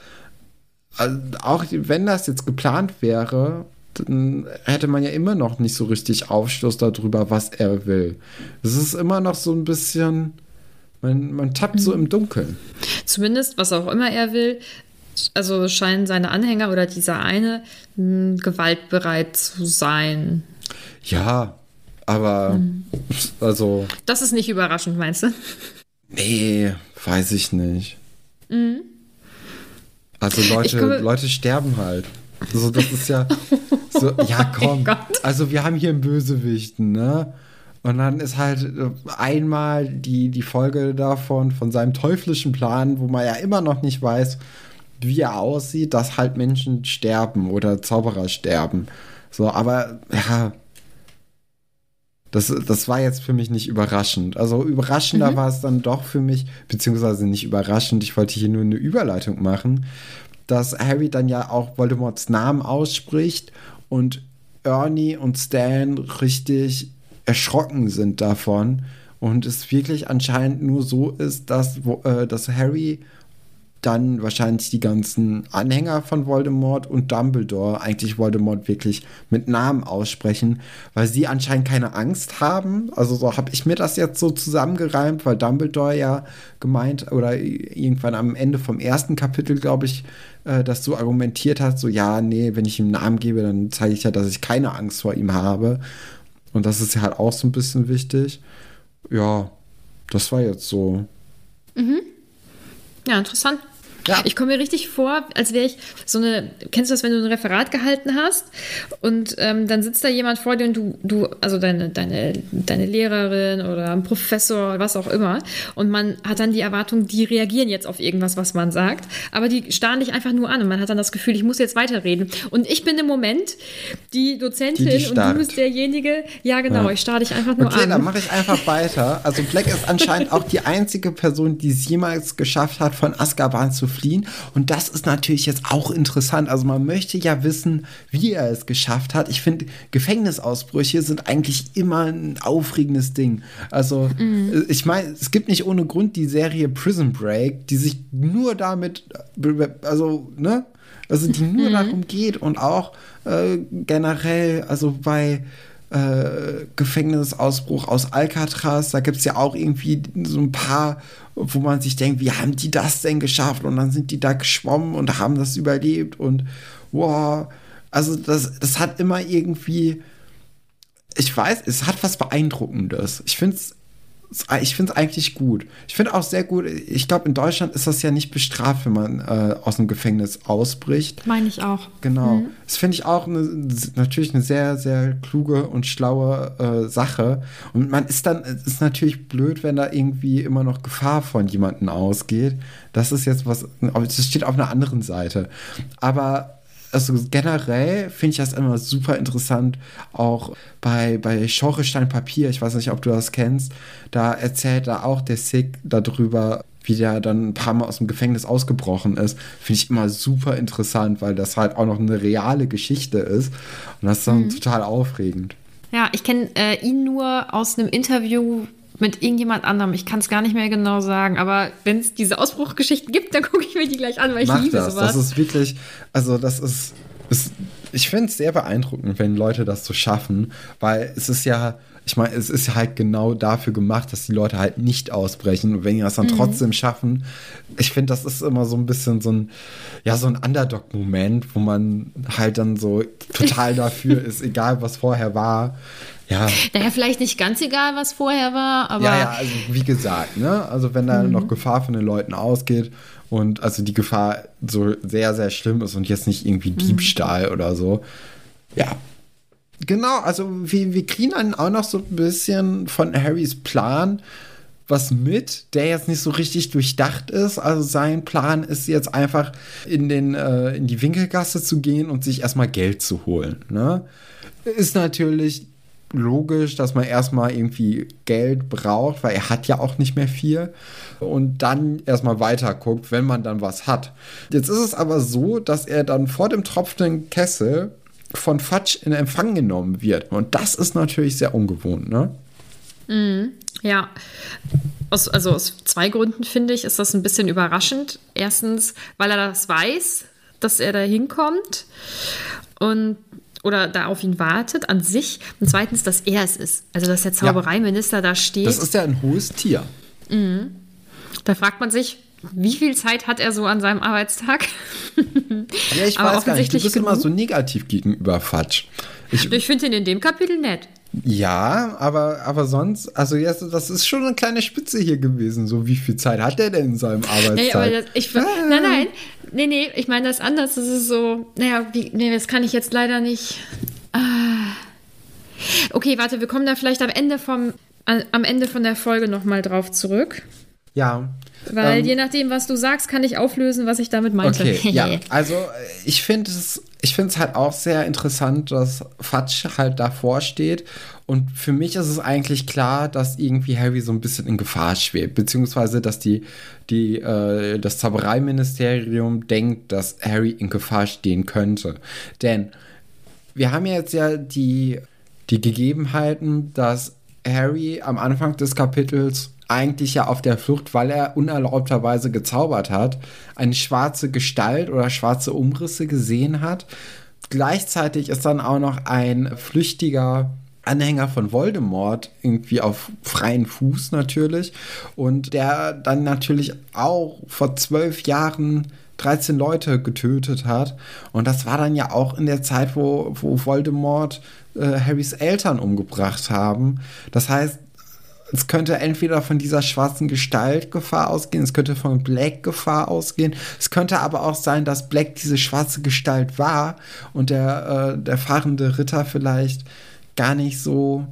wenn das jetzt geplant wäre, dann hätte man ja immer noch nicht so richtig Aufschluss darüber, was er will. Es ist immer noch so ein bisschen, man tappt so im Dunkeln. Zumindest, was auch immer er will, also scheinen seine Anhänger oder dieser eine gewaltbereit zu sein. Ja, aber also... Das ist nicht überraschend, meinst du? Nee, weiß ich nicht. Mhm. Also Leute sterben halt. Also das ist ja so, ja komm. Also wir haben hier einen Bösewichten, ne? Und dann ist halt einmal die Folge davon, von seinem teuflischen Plan, wo man ja immer noch nicht weiß, wie er aussieht, dass halt Menschen sterben oder Zauberer sterben. So, aber ja, das war jetzt für mich nicht überraschend. Also überraschender war es dann doch für mich, beziehungsweise nicht überraschend, ich wollte hier nur eine Überleitung machen, dass Harry dann ja auch Voldemorts Namen ausspricht und Ernie und Stan richtig erschrocken sind davon und es wirklich anscheinend nur so ist, dass Harry dann wahrscheinlich die ganzen Anhänger von Voldemort und Dumbledore eigentlich Voldemort wirklich mit Namen aussprechen, weil sie anscheinend keine Angst haben. Also so habe ich mir das jetzt so zusammengereimt, weil Dumbledore ja gemeint oder irgendwann am Ende vom ersten Kapitel, glaube ich, das so argumentiert hat, so ja, nee, wenn ich ihm einen Namen gebe, dann zeige ich ja, dass ich keine Angst vor ihm habe. Und das ist ja halt auch so ein bisschen wichtig. Ja, das war jetzt so. Ja, interessant. Ja. Ich komme mir richtig vor, als wäre ich kennst du das, wenn du ein Referat gehalten hast und dann sitzt da jemand vor dir und du also deine Lehrerin oder ein Professor, was auch immer, und man hat dann die Erwartung, die reagieren jetzt auf irgendwas, was man sagt, aber die starren dich einfach nur an und man hat dann das Gefühl, ich muss jetzt weiterreden. Und ich bin im Moment die Dozentin und du bist derjenige, ja genau, ich starre dich einfach nur an. Okay, dann mache ich einfach weiter. Also Black ist anscheinend auch die einzige Person, die es jemals geschafft hat, von Azkaban zu fliehen. Und das ist natürlich jetzt auch interessant. Also man möchte ja wissen, wie er es geschafft hat. Ich finde, Gefängnisausbrüche sind eigentlich immer ein aufregendes Ding. Also ich meine, es gibt nicht ohne Grund die Serie Prison Break, die sich nur damit, die nur darum geht und auch generell, also bei Gefängnisausbruch aus Alcatraz, da gibt es ja auch irgendwie so ein paar, wo man sich denkt, wie haben die das denn geschafft? Und dann sind die da geschwommen und haben das überlebt und wow, also das hat immer irgendwie, ich weiß, es hat was Beeindruckendes. Ich finde es eigentlich gut. Ich finde auch sehr gut, ich glaube, in Deutschland ist das ja nicht bestraft, wenn man aus dem Gefängnis ausbricht. Meine ich auch. Genau. Das finde ich auch natürlich eine sehr, sehr kluge und schlaue Sache. Und man ist natürlich blöd, wenn da irgendwie immer noch Gefahr von jemandem ausgeht. Das ist jetzt das steht auf einer anderen Seite. Aber also generell finde ich das immer super interessant, auch bei Schornstein Papier, ich weiß nicht, ob du das kennst, da erzählt da auch der Sig darüber, wie der dann ein paar Mal aus dem Gefängnis ausgebrochen ist. Finde ich immer super interessant, weil das halt auch noch eine reale Geschichte ist und das ist dann total aufregend. Ja, ich kenne ihn nur aus einem Interview mit irgendjemand anderem. Ich kann es gar nicht mehr genau sagen, aber wenn es diese Ausbruchgeschichten gibt, dann gucke ich mir die gleich an, weil ich liebe sowas. Das ist wirklich, also ich finde es sehr beeindruckend, wenn Leute das so schaffen, weil es ist ja, ich meine, es ist halt genau dafür gemacht, dass die Leute halt nicht ausbrechen und wenn die das dann trotzdem schaffen, ich finde, das ist immer so ein bisschen so ein Underdog-Moment, wo man halt dann so total dafür ist, egal was vorher war. Ja. Naja, vielleicht nicht ganz egal, was vorher war, aber... Ja, also wie gesagt, ne? Also wenn da noch Gefahr von den Leuten ausgeht und also die Gefahr so sehr, sehr schlimm ist und jetzt nicht irgendwie Diebstahl oder so. Ja. Genau, also wir kriegen dann auch noch so ein bisschen von Harrys Plan was mit, der jetzt nicht so richtig durchdacht ist. Also sein Plan ist jetzt einfach in die Winkelgasse zu gehen und sich erstmal Geld zu holen. Ne? Ist natürlich logisch, dass man erstmal irgendwie Geld braucht, weil er hat ja auch nicht mehr viel und dann erstmal weiter guckt, wenn man dann was hat. Jetzt ist es aber so, dass er dann vor dem tropfenden Kessel von Fudge in Empfang genommen wird und das ist natürlich sehr ungewohnt, ne? Ja, aus zwei Gründen finde ich, ist das ein bisschen überraschend. Erstens, weil er das weiß, dass er da hinkommt oder da auf ihn wartet an sich. Und zweitens, dass er es ist. Also, dass der Zaubereiminister da steht. Das ist ja ein hohes Tier. Da fragt man sich, wie viel Zeit hat er so an seinem Arbeitstag? Ja, ich weiß gar nicht, du bist immer so negativ gegenüber Fudge. Ich finde ihn in dem Kapitel nett. Ja, aber sonst, also jetzt, das ist schon eine kleine Spitze hier gewesen. So, wie viel Zeit hat er denn in seinem Arbeitstag? Nee, ich meine das anders. Das ist so, das kann ich jetzt leider nicht. Okay, warte, wir kommen da vielleicht am Ende von der Folge nochmal drauf zurück. Ja. Weil je nachdem, was du sagst, kann ich auflösen, was ich damit meinte. Okay, ja, also ich finde es halt auch sehr interessant, dass Fudge halt davor steht und für mich ist es eigentlich klar, dass irgendwie Harry so ein bisschen in Gefahr schwebt, beziehungsweise dass das Zaubereiministerium denkt, dass Harry in Gefahr stehen könnte. Denn wir haben ja jetzt die Gegebenheiten, dass Harry am Anfang des Kapitels eigentlich ja auf der Flucht, weil er unerlaubterweise gezaubert hat, eine schwarze Gestalt oder schwarze Umrisse gesehen hat. Gleichzeitig ist dann auch noch ein flüchtiger Anhänger von Voldemort irgendwie auf freien Fuß natürlich und der dann natürlich auch vor 12 Jahren 13 Leute getötet hat und das war dann ja auch in der Zeit, wo Voldemort Harrys Eltern umgebracht haben. Das heißt, es könnte entweder von dieser schwarzen Gestalt Gefahr ausgehen, es könnte von Black Gefahr ausgehen, es könnte aber auch sein, dass Black diese schwarze Gestalt war und der fahrende Ritter vielleicht gar nicht so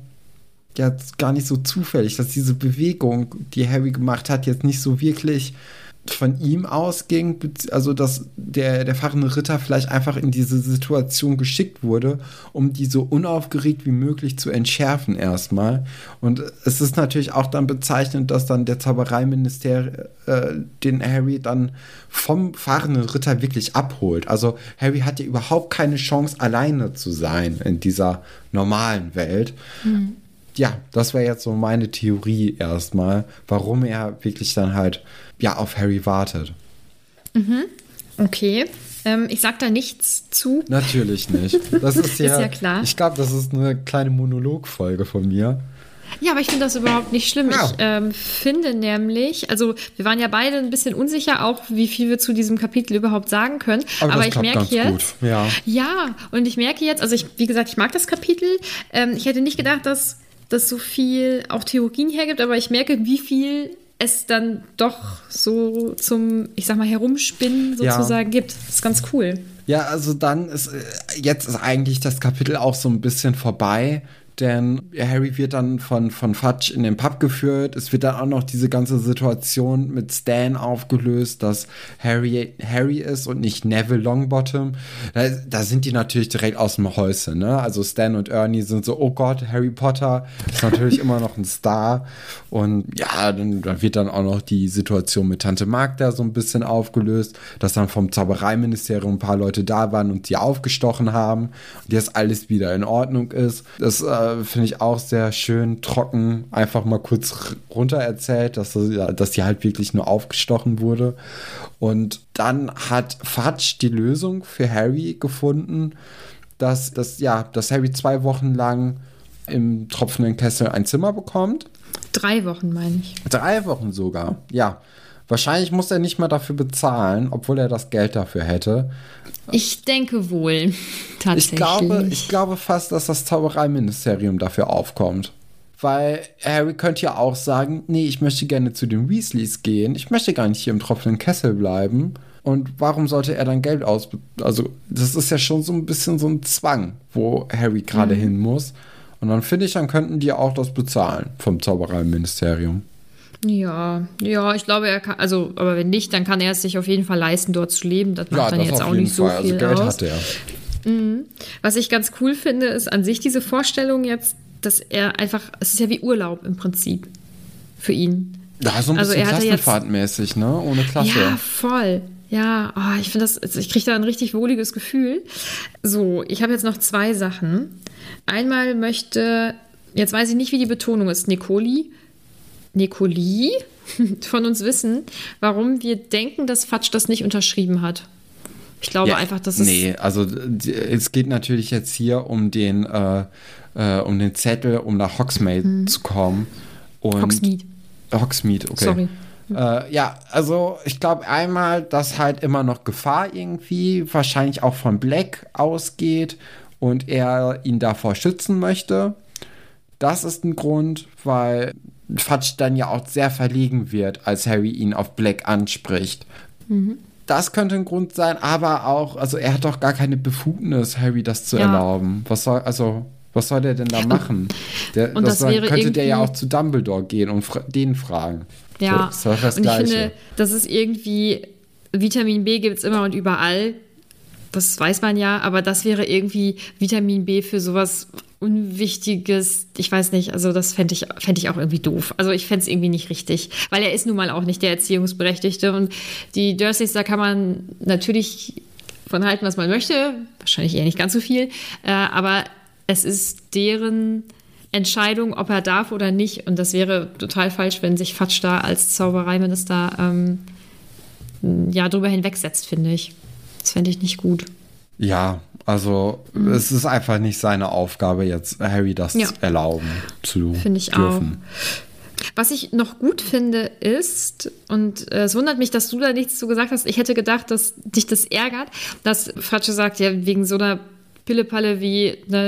zufällig, dass diese Bewegung, die Harry gemacht hat, jetzt nicht so wirklich von ihm ausging, also dass der fahrende Ritter vielleicht einfach in diese Situation geschickt wurde, um die so unaufgeregt wie möglich zu entschärfen erstmal. Und es ist natürlich auch dann bezeichnend, dass dann der Zaubereiminister den Harry dann vom fahrenden Ritter wirklich abholt. Also Harry hat ja überhaupt keine Chance, alleine zu sein in dieser normalen Welt. Mhm. Ja, das wäre jetzt so meine Theorie erstmal, warum er wirklich dann halt auf Harry wartet. Mhm. Okay. Ich sag da nichts zu. Natürlich nicht. Das ist ja klar. Ich glaube, das ist eine kleine Monologfolge von mir. Ja, aber ich finde das überhaupt nicht schlimm. Ja. Ich finde nämlich, also wir waren ja beide ein bisschen unsicher auch, wie viel wir zu diesem Kapitel überhaupt sagen können. Aber ich merke jetzt, gut. Ja, und ich merke jetzt, also wie gesagt, ich mag das Kapitel. Ich hätte nicht gedacht, dass das so viel auch Theorien hergibt, aber ich merke, wie viel es dann doch so zum, ich sag mal, Herumspinnen sozusagen gibt. Das ist ganz cool. Ja, also dann jetzt ist eigentlich das Kapitel auch so ein bisschen vorbei. Denn Harry wird dann von Fudge in den Pub geführt. Es wird dann auch noch diese ganze Situation mit Stan aufgelöst, dass Harry ist und nicht Neville Longbottom. Da sind die natürlich direkt aus dem Häuschen, ne? Also Stan und Ernie sind so, oh Gott, Harry Potter ist natürlich immer noch ein Star. Und ja, da wird dann auch noch die Situation mit Tante Magda so ein bisschen aufgelöst, dass dann vom Zaubereiministerium ein paar Leute da waren und sie aufgestochen haben und jetzt alles wieder in Ordnung ist. Das finde ich auch sehr schön trocken, einfach mal kurz runter erzählt, dass die halt wirklich nur aufgestochen wurde. Und dann hat Fudge die Lösung für Harry gefunden, dass Harry 2 Wochen lang im tropfenden Kessel ein Zimmer bekommt. 3 Wochen, meine ich. 3 Wochen sogar, ja. Wahrscheinlich muss er nicht mal dafür bezahlen, obwohl er das Geld dafür hätte. Ich denke wohl, tatsächlich. Ich glaube fast, dass das Zaubereiministerium dafür aufkommt. Weil Harry könnte ja auch sagen, nee, ich möchte gerne zu den Weasleys gehen. Ich möchte gar nicht hier im tropfenden Kessel bleiben. Und warum sollte er dann Geld Also das ist ja schon so ein bisschen so ein Zwang, wo Harry gerade hin muss. Und dann finde ich, dann könnten die auch das bezahlen vom Zaubereiministerium. Ja, ich glaube, er kann, aber wenn nicht, dann kann er es sich auf jeden Fall leisten, dort zu leben. Das macht dann jetzt auch nicht so viel Geld aus. Hat er. Was ich ganz cool finde, ist an sich diese Vorstellung jetzt, dass er einfach, es ist ja wie Urlaub im Prinzip für ihn. Ja, so ein bisschen klassenfahrtmäßig, ne? Ohne Klasse. Ja, voll. Ja, ich finde ich kriege da ein richtig wohliges Gefühl. So, ich habe jetzt noch 2 Sachen. Einmal jetzt weiß ich nicht, wie die Betonung ist, Nicoli von uns wissen, warum wir denken, dass Fudge das nicht unterschrieben hat. Ich glaube einfach, dass es... Nee, also es geht natürlich jetzt hier um den Zettel, um nach Hogsmeade zu kommen. Hogsmeade, okay. Sorry. Also ich glaube einmal, dass halt immer noch Gefahr irgendwie wahrscheinlich auch von Black ausgeht und er ihn davor schützen möchte. Das ist ein Grund, weil Fudge dann ja auch sehr verlegen wird, als Harry ihn auf Black anspricht. Mhm. Das könnte ein Grund sein, aber auch, also er hat doch gar keine Befugnis, Harry das zu erlauben. Was soll der denn da machen? Könnte der ja auch zu Dumbledore gehen und den fragen. Ja, so, das das und Gleiche. Ich finde, das ist irgendwie, Vitamin B gibt es immer und überall. Das weiß man ja, aber das wäre irgendwie Vitamin B für sowas Unwichtiges. Ich weiß nicht, also das fände ich auch irgendwie doof. Also ich fände es irgendwie nicht richtig, weil er ist nun mal auch nicht der Erziehungsberechtigte und die Dursleys, da kann man natürlich von halten, was man möchte. Wahrscheinlich eher nicht ganz so viel, aber es ist deren Entscheidung, ob er darf oder nicht. Und das wäre total falsch, wenn sich Fudge da als Zaubereiminister drüber hinwegsetzt, finde ich. Das fände ich nicht gut. Ja, also es ist einfach nicht seine Aufgabe, jetzt Harry das erlauben zu finde ich dürfen. Auch. Was ich noch gut finde ist, und es wundert mich, dass du da nichts zu gesagt hast, ich hätte gedacht, dass dich das ärgert, dass Fudge sagt, ja, wegen so einer Pillepalle wie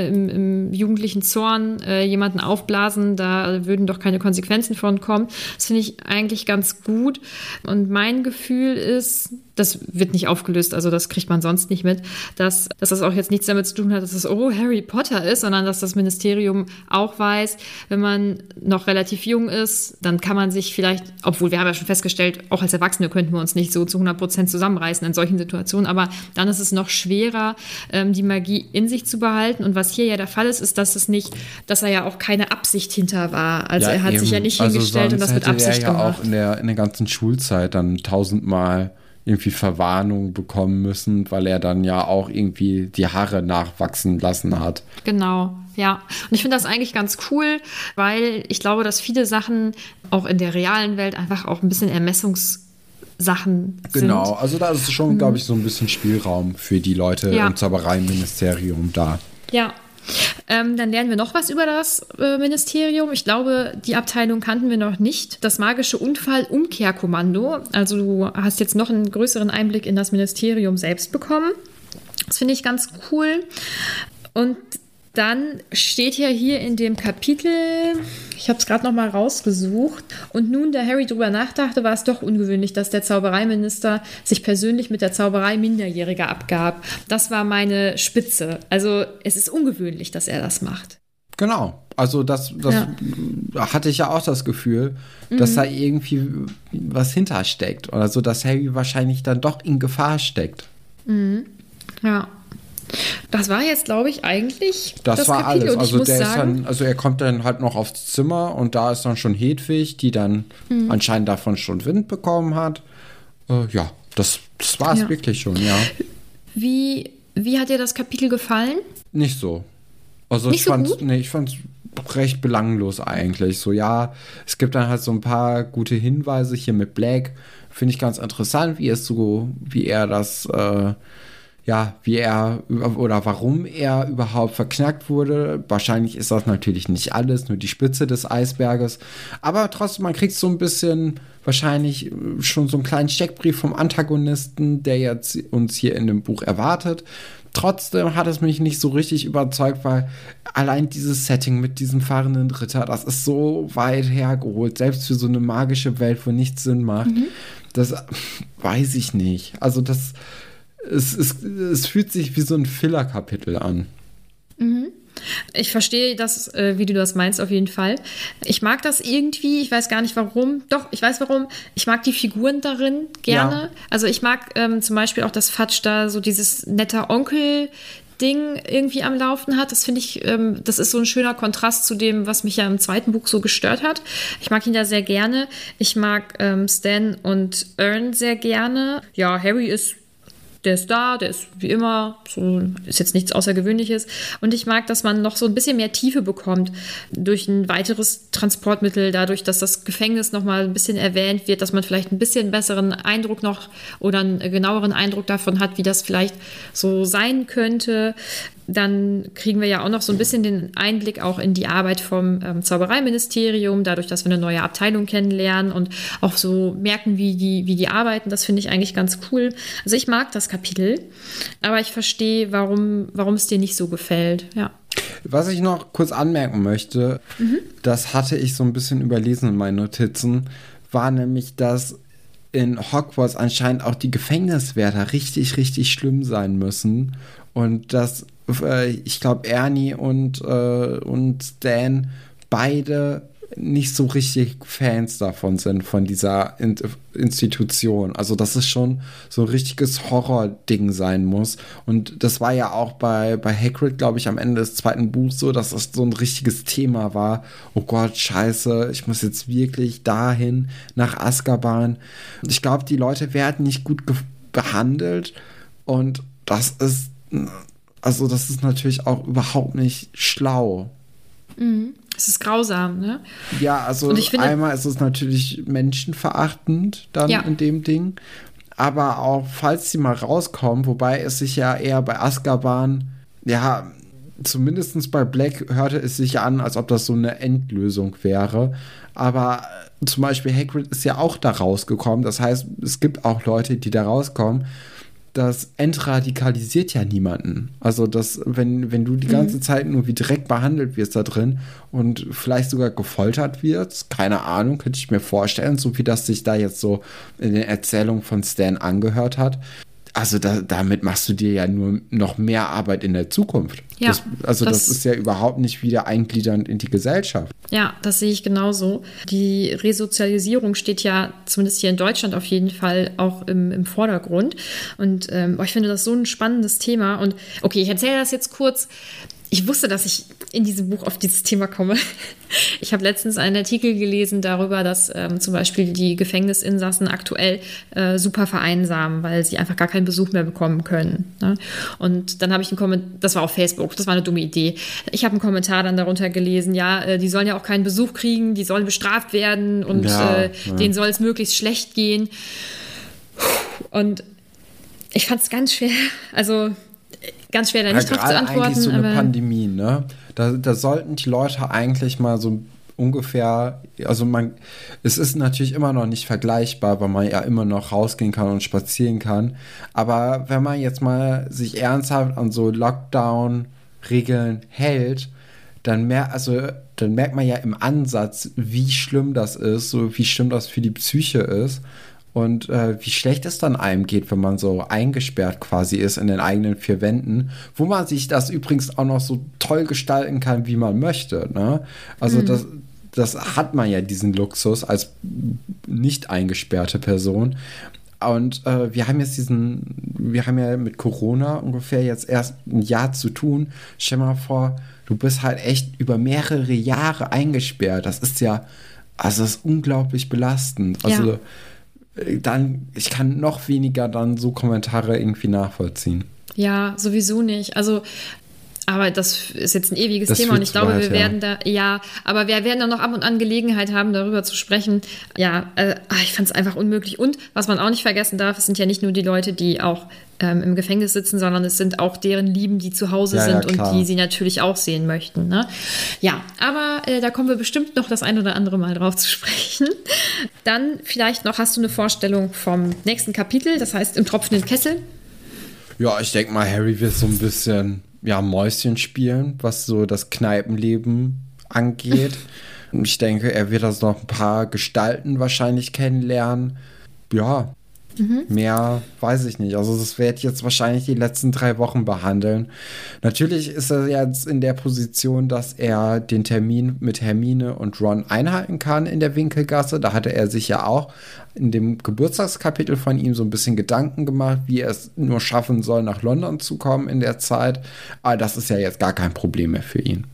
im jugendlichen Zorn jemanden aufblasen, da würden doch keine Konsequenzen von kommen. Das finde ich eigentlich ganz gut. Und mein Gefühl ist, das wird nicht aufgelöst, also das kriegt man sonst nicht mit, dass das auch jetzt nichts damit zu tun hat, dass es Harry Potter ist, sondern dass das Ministerium auch weiß, wenn man noch relativ jung ist, dann kann man sich vielleicht, obwohl wir haben ja schon festgestellt, auch als Erwachsene könnten wir uns nicht so zu 100% zusammenreißen in solchen Situationen, aber dann ist es noch schwerer, die Magie in sich zu behalten. Und was hier ja der Fall ist, dass er ja auch keine Absicht hinter war. Also er hat sich ja nicht hingestellt und das mit Absicht gemacht. Er hätte ja auch in der ganzen Schulzeit dann 1000-mal irgendwie Verwarnung bekommen müssen, weil er dann ja auch irgendwie die Haare nachwachsen lassen hat. Genau, ja. Und ich finde das eigentlich ganz cool, weil ich glaube, dass viele Sachen auch in der realen Welt einfach auch ein bisschen Ermessungssachen sind. Genau, also da ist schon, glaube ich, so ein bisschen Spielraum für die Leute im Zaubereiministerium da. Ja. Dann lernen wir noch was über das Ministerium. Ich glaube, die Abteilung kannten wir noch nicht. Das magische Unfallumkehrkommando. Also du hast jetzt noch einen größeren Einblick in das Ministerium selbst bekommen. Das finde ich ganz cool. Und dann steht ja hier in dem Kapitel, ich habe es gerade noch mal rausgesucht, und nun, da Harry drüber nachdachte, war es doch ungewöhnlich, dass der Zaubereiminister sich persönlich mit der Zauberei Minderjähriger abgab. Das war meine Spitze. Also es ist ungewöhnlich, dass er das macht. Genau, also das hatte ich ja auch das Gefühl, dass da irgendwie was hintersteckt. Oder so, dass Harry wahrscheinlich dann doch in Gefahr steckt. Mhm. Ja. Das war jetzt, glaube ich, eigentlich das war Kapitel. alles. Und Also, ich muss sagen, er kommt dann halt noch aufs Zimmer und da ist dann schon Hedwig, die dann anscheinend davon schon Wind bekommen hat. Das war es wirklich schon, ja. Wie hat dir das Kapitel gefallen? Nicht so. Also ich fand es recht belanglos eigentlich. So, ja, es gibt dann halt so ein paar gute Hinweise hier mit Black. Finde ich ganz interessant, wie er das warum er überhaupt verknackt wurde. Wahrscheinlich ist das natürlich nicht alles, nur die Spitze des Eisberges. Aber trotzdem, man kriegt so ein bisschen, wahrscheinlich schon so einen kleinen Steckbrief vom Antagonisten, der jetzt uns hier in dem Buch erwartet. Trotzdem hat es mich nicht so richtig überzeugt, weil allein dieses Setting mit diesem fahrenden Ritter, das ist so weit hergeholt, selbst für so eine magische Welt, wo nichts Sinn macht. Das weiß ich nicht. Also es fühlt sich wie so ein Filler-Kapitel an. Ich verstehe das, wie du das meinst, auf jeden Fall. Ich mag das irgendwie, ich weiß gar nicht warum. Doch, ich weiß warum. Ich mag die Figuren darin gerne. Ja. Also ich mag zum Beispiel auch, dass Fudge da so dieses netter Onkel-Ding irgendwie am Laufen hat. Das finde ich, das ist so ein schöner Kontrast zu dem, was mich ja im zweiten Buch so gestört hat. Ich mag ihn da sehr gerne. Ich mag Stan und Ern sehr gerne. Ja, Harry der ist da, der ist wie immer, so ist jetzt nichts Außergewöhnliches. Und ich mag, dass man noch so ein bisschen mehr Tiefe bekommt durch ein weiteres Transportmittel, dadurch, dass das Gefängnis noch mal ein bisschen erwähnt wird, dass man vielleicht ein bisschen besseren Eindruck noch oder einen genaueren Eindruck davon hat, wie das vielleicht so sein könnte. Dann kriegen wir ja auch noch so ein bisschen den Einblick auch in die Arbeit vom Zaubereiministerium, dadurch, dass wir eine neue Abteilung kennenlernen und auch so merken, wie die arbeiten. Das finde ich eigentlich ganz cool. Also ich mag das Kapitel, aber ich verstehe, warum es dir nicht so gefällt. Ja. Was ich noch kurz anmerken möchte, das hatte ich so ein bisschen überlesen in meinen Notizen, war nämlich, dass in Hogwarts anscheinend auch die Gefängniswärter richtig, richtig schlimm sein müssen und dass ich glaube, Ernie und Stan beide nicht so richtig Fans davon sind, von dieser Institution. Also, dass es schon so ein richtiges Horror-Ding sein muss. Und das war ja auch bei Hagrid, glaube ich, am Ende des zweiten Buchs so, dass das so ein richtiges Thema war. Oh Gott, scheiße, ich muss jetzt wirklich dahin, nach Azkaban. Ich glaube, die Leute werden nicht gut behandelt. Und das ist natürlich auch überhaupt nicht schlau. Es ist grausam, ne? Ja, also und ich finde, einmal ist es natürlich menschenverachtend dann in dem Ding. Aber auch, falls sie mal rauskommen, wobei es sich ja eher bei Azkaban, ja, zumindest bei Black hörte es sich an, als ob das so eine Endlösung wäre. Aber zum Beispiel Hagrid ist ja auch da rausgekommen. Das heißt, es gibt auch Leute, die da rauskommen. Das entradikalisiert ja niemanden. Also, wenn du die ganze Zeit nur wie Dreck behandelt wirst da drin und vielleicht sogar gefoltert wirst, keine Ahnung, könnte ich mir vorstellen, so wie das sich da jetzt so in den Erzählungen von Stan angehört hat. Also damit machst du dir ja nur noch mehr Arbeit in der Zukunft. Ja, das ist ja überhaupt nicht wieder eingliedernd in die Gesellschaft. Ja, das sehe ich genauso. Die Resozialisierung steht ja zumindest hier in Deutschland auf jeden Fall auch im Vordergrund. Und ich finde das so ein spannendes Thema. Und okay, ich erzähle das jetzt kurz. Ich wusste, dass ich in diesem Buch auf dieses Thema komme. Ich habe letztens einen Artikel gelesen darüber, dass zum Beispiel die Gefängnisinsassen aktuell super vereinsamen, weil sie einfach gar keinen Besuch mehr bekommen können. Ne? Und dann habe ich einen Kommentar, das war auf Facebook, das war eine dumme Idee. Ich habe einen Kommentar dann darunter gelesen, die sollen ja auch keinen Besuch kriegen, die sollen bestraft werden und denen soll es möglichst schlecht gehen. Und ich fand es ganz schwer, da nicht drauf zu antworten. Eigentlich so eine Pandemie, ne? Da sollten die Leute eigentlich mal so ungefähr, es ist natürlich immer noch nicht vergleichbar, weil man ja immer noch rausgehen kann und spazieren kann. Aber wenn man jetzt mal sich ernsthaft an so Lockdown-Regeln hält, dann merkt man ja im Ansatz, wie schlimm das ist, so wie schlimm das für die Psyche ist. Und wie schlecht es dann einem geht, wenn man so eingesperrt quasi ist in den eigenen vier Wänden, wo man sich das übrigens auch noch so toll gestalten kann, wie man möchte. Ne? Also das hat man ja, diesen Luxus als nicht eingesperrte Person. Und wir haben ja mit Corona ungefähr jetzt erst ein Jahr zu tun. Stell dir mal vor, du bist halt echt über mehrere Jahre eingesperrt. Das ist das ist unglaublich belastend. Also ich kann noch weniger dann so Kommentare irgendwie nachvollziehen. Ja, sowieso nicht. Also, aber das ist jetzt ein ewiges Thema und ich glaube, wir werden aber wir werden dann noch ab und an Gelegenheit haben, darüber zu sprechen. Ja, ich fand es einfach unmöglich. Und was man auch nicht vergessen darf, es sind ja nicht nur die Leute, die auch im Gefängnis sitzen, sondern es sind auch deren Lieben, die zu Hause sind und die sie natürlich auch sehen möchten. Ne? Ja, aber da kommen wir bestimmt noch das ein oder andere Mal drauf zu sprechen. Dann vielleicht noch, hast du eine Vorstellung vom nächsten Kapitel, das heißt im tropfenden Kessel? Ja, ich denke mal, Harry wird so ein bisschen Mäuschen spielen, was so das Kneipenleben angeht. Und ich denke, er wird das noch ein paar Gestalten wahrscheinlich kennenlernen. Ja, mehr weiß ich nicht. Also das werde ich jetzt wahrscheinlich die letzten 3 Wochen behandeln. Natürlich ist er jetzt in der Position, dass er den Termin mit Hermine und Ron einhalten kann in der Winkelgasse. Da hatte er sich ja auch in dem Geburtstagskapitel von ihm so ein bisschen Gedanken gemacht, wie er es nur schaffen soll, nach London zu kommen in der Zeit. Aber das ist ja jetzt gar kein Problem mehr für ihn.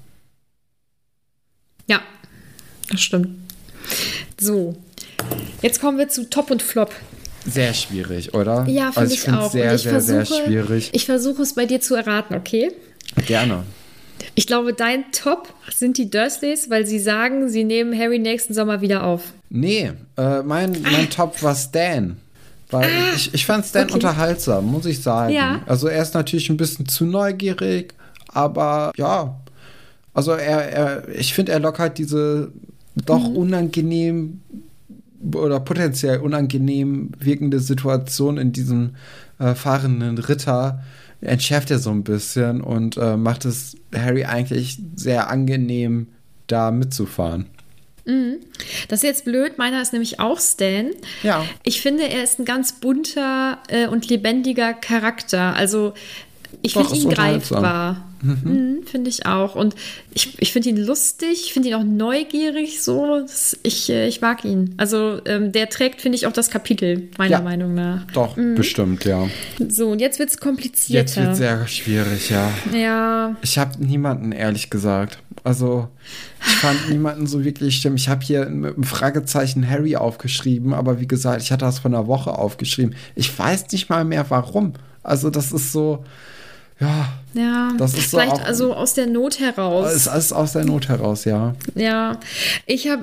Ja, das stimmt. So, jetzt kommen wir zu Top und Flop. Sehr schwierig, oder? Ja, finde ich auch. Sehr, sehr schwierig. Ich versuche es bei dir zu erraten, okay? Gerne. Ich glaube, dein Top sind die Dursleys, weil sie sagen, sie nehmen Harry nächsten Sommer wieder auf. Nee, mein Top war Stan. Weil ich fand Stan unterhaltsam, muss ich sagen. Ja. Also er ist natürlich ein bisschen zu neugierig, aber ja. Also ich finde, er lockert diese doch unangenehm oder potenziell unangenehm wirkende Situation in diesem fahrenden Ritter, entschärft er so ein bisschen und macht es Harry eigentlich sehr angenehm, da mitzufahren. Das ist jetzt blöd, meiner ist nämlich auch Stan. Ja. Ich finde, er ist ein ganz bunter und lebendiger Charakter. Also ich finde ihn greifbar. Finde ich auch. Und ich finde ihn lustig, ich finde ihn auch neugierig. So. Ich mag ihn. Also der trägt, finde ich, auch das Kapitel, meiner Meinung nach. Doch, bestimmt, ja. So, und jetzt wird es komplizierter. Jetzt wird es sehr schwierig, ja. Ja. Ich habe niemanden, ehrlich gesagt. Also, ich fand niemanden so wirklich schlimm. Ich habe hier mit einem Fragezeichen Harry aufgeschrieben, aber wie gesagt, ich hatte das vor einer Woche aufgeschrieben. Ich weiß nicht mal mehr, warum. Also, das ist so... Ja, das ist so vielleicht auch, also aus der Not heraus. Es ist aus der Not heraus, ja. Ja, ich habe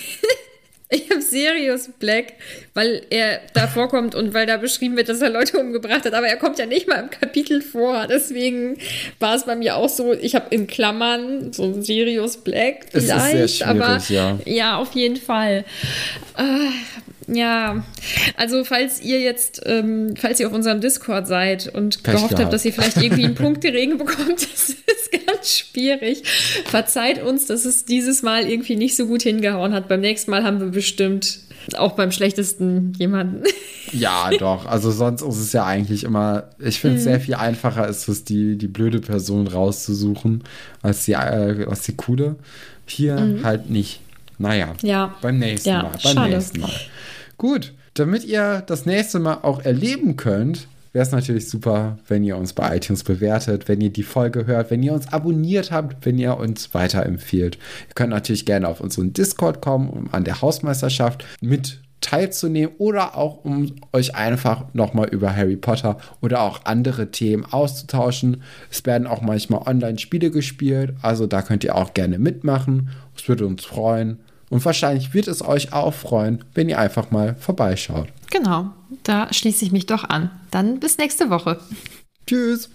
Sirius Black, weil er da vorkommt und weil da beschrieben wird, dass er Leute umgebracht hat, aber er kommt ja nicht mal im Kapitel vor. Deswegen war es bei mir auch so, ich habe in Klammern so Sirius Black vielleicht, es ist sehr schwierig, aber ja, auf jeden Fall. Ja, also falls ihr auf unserem Discord seid und gehofft habt, dass ihr vielleicht irgendwie einen Punkteregen bekommt, das ist ganz schwierig. Verzeiht uns, dass es dieses Mal irgendwie nicht so gut hingehauen hat. Beim nächsten Mal haben wir bestimmt auch beim schlechtesten jemanden. Ja, doch. Also sonst ist es ja eigentlich immer, ich finde es sehr viel einfacher, ist es die blöde Person rauszusuchen, als die coole. Hier halt nicht. Naja, beim nächsten Mal. Gut, damit ihr das nächste Mal auch erleben könnt, wäre es natürlich super, wenn ihr uns bei iTunes bewertet, wenn ihr die Folge hört, wenn ihr uns abonniert habt, wenn ihr uns weiterempfehlt. Ihr könnt natürlich gerne auf unseren Discord kommen, um an der Hausmeisterschaft mit teilzunehmen oder auch um euch einfach nochmal über Harry Potter oder auch andere Themen auszutauschen. Es werden auch manchmal Online-Spiele gespielt, also da könnt ihr auch gerne mitmachen. Es würde uns freuen. Und wahrscheinlich wird es euch auch freuen, wenn ihr einfach mal vorbeischaut. Genau, da schließe ich mich doch an. Dann bis nächste Woche. Tschüss.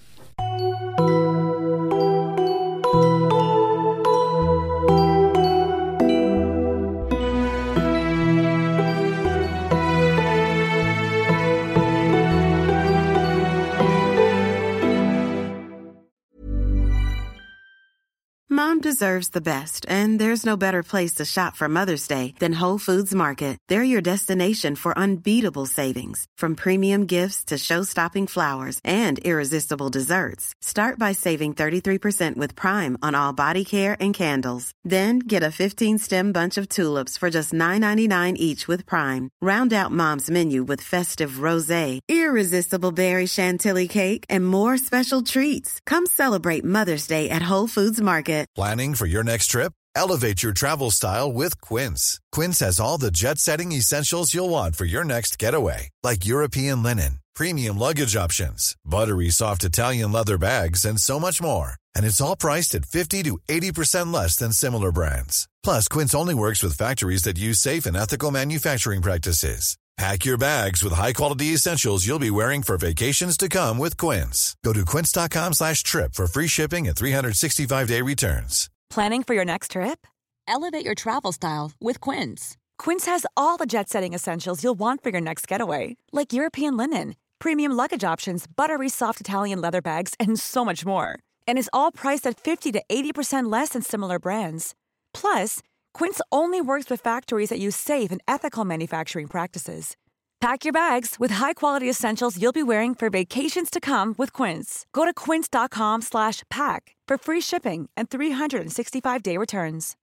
Mom deserves the best, and there's no better place to shop for Mother's Day than Whole Foods Market. They're your destination for unbeatable savings, from premium gifts to show-stopping flowers and irresistible desserts. Start by saving 33% with Prime on all body care and candles. Then get a 15-stem bunch of tulips for just $9.99 each with Prime. Round out Mom's menu with festive rosé, irresistible berry chantilly cake, and more special treats. Come celebrate Mother's Day at Whole Foods Market. Planning for your next trip? Elevate your travel style with Quince. Quince has all the jet-setting essentials you'll want for your next getaway, like European linen, premium luggage options, buttery soft Italian leather bags, and so much more. And it's all priced at 50 to 80% less than similar brands. Plus, Quince only works with factories that use safe and ethical manufacturing practices. Pack your bags with high-quality essentials you'll be wearing for vacations to come with Quince. Go to quince.com/trip for free shipping and 365-day returns. Planning for your next trip? Elevate your travel style with Quince. Quince has all the jet-setting essentials you'll want for your next getaway, like European linen, premium luggage options, buttery soft Italian leather bags, and so much more. And is all priced at 50 to 80% less than similar brands. Plus, Quince only works with factories that use safe and ethical manufacturing practices. Pack your bags with high-quality essentials you'll be wearing for vacations to come with Quince. Go to quince.com/pack for free shipping and 365-day returns.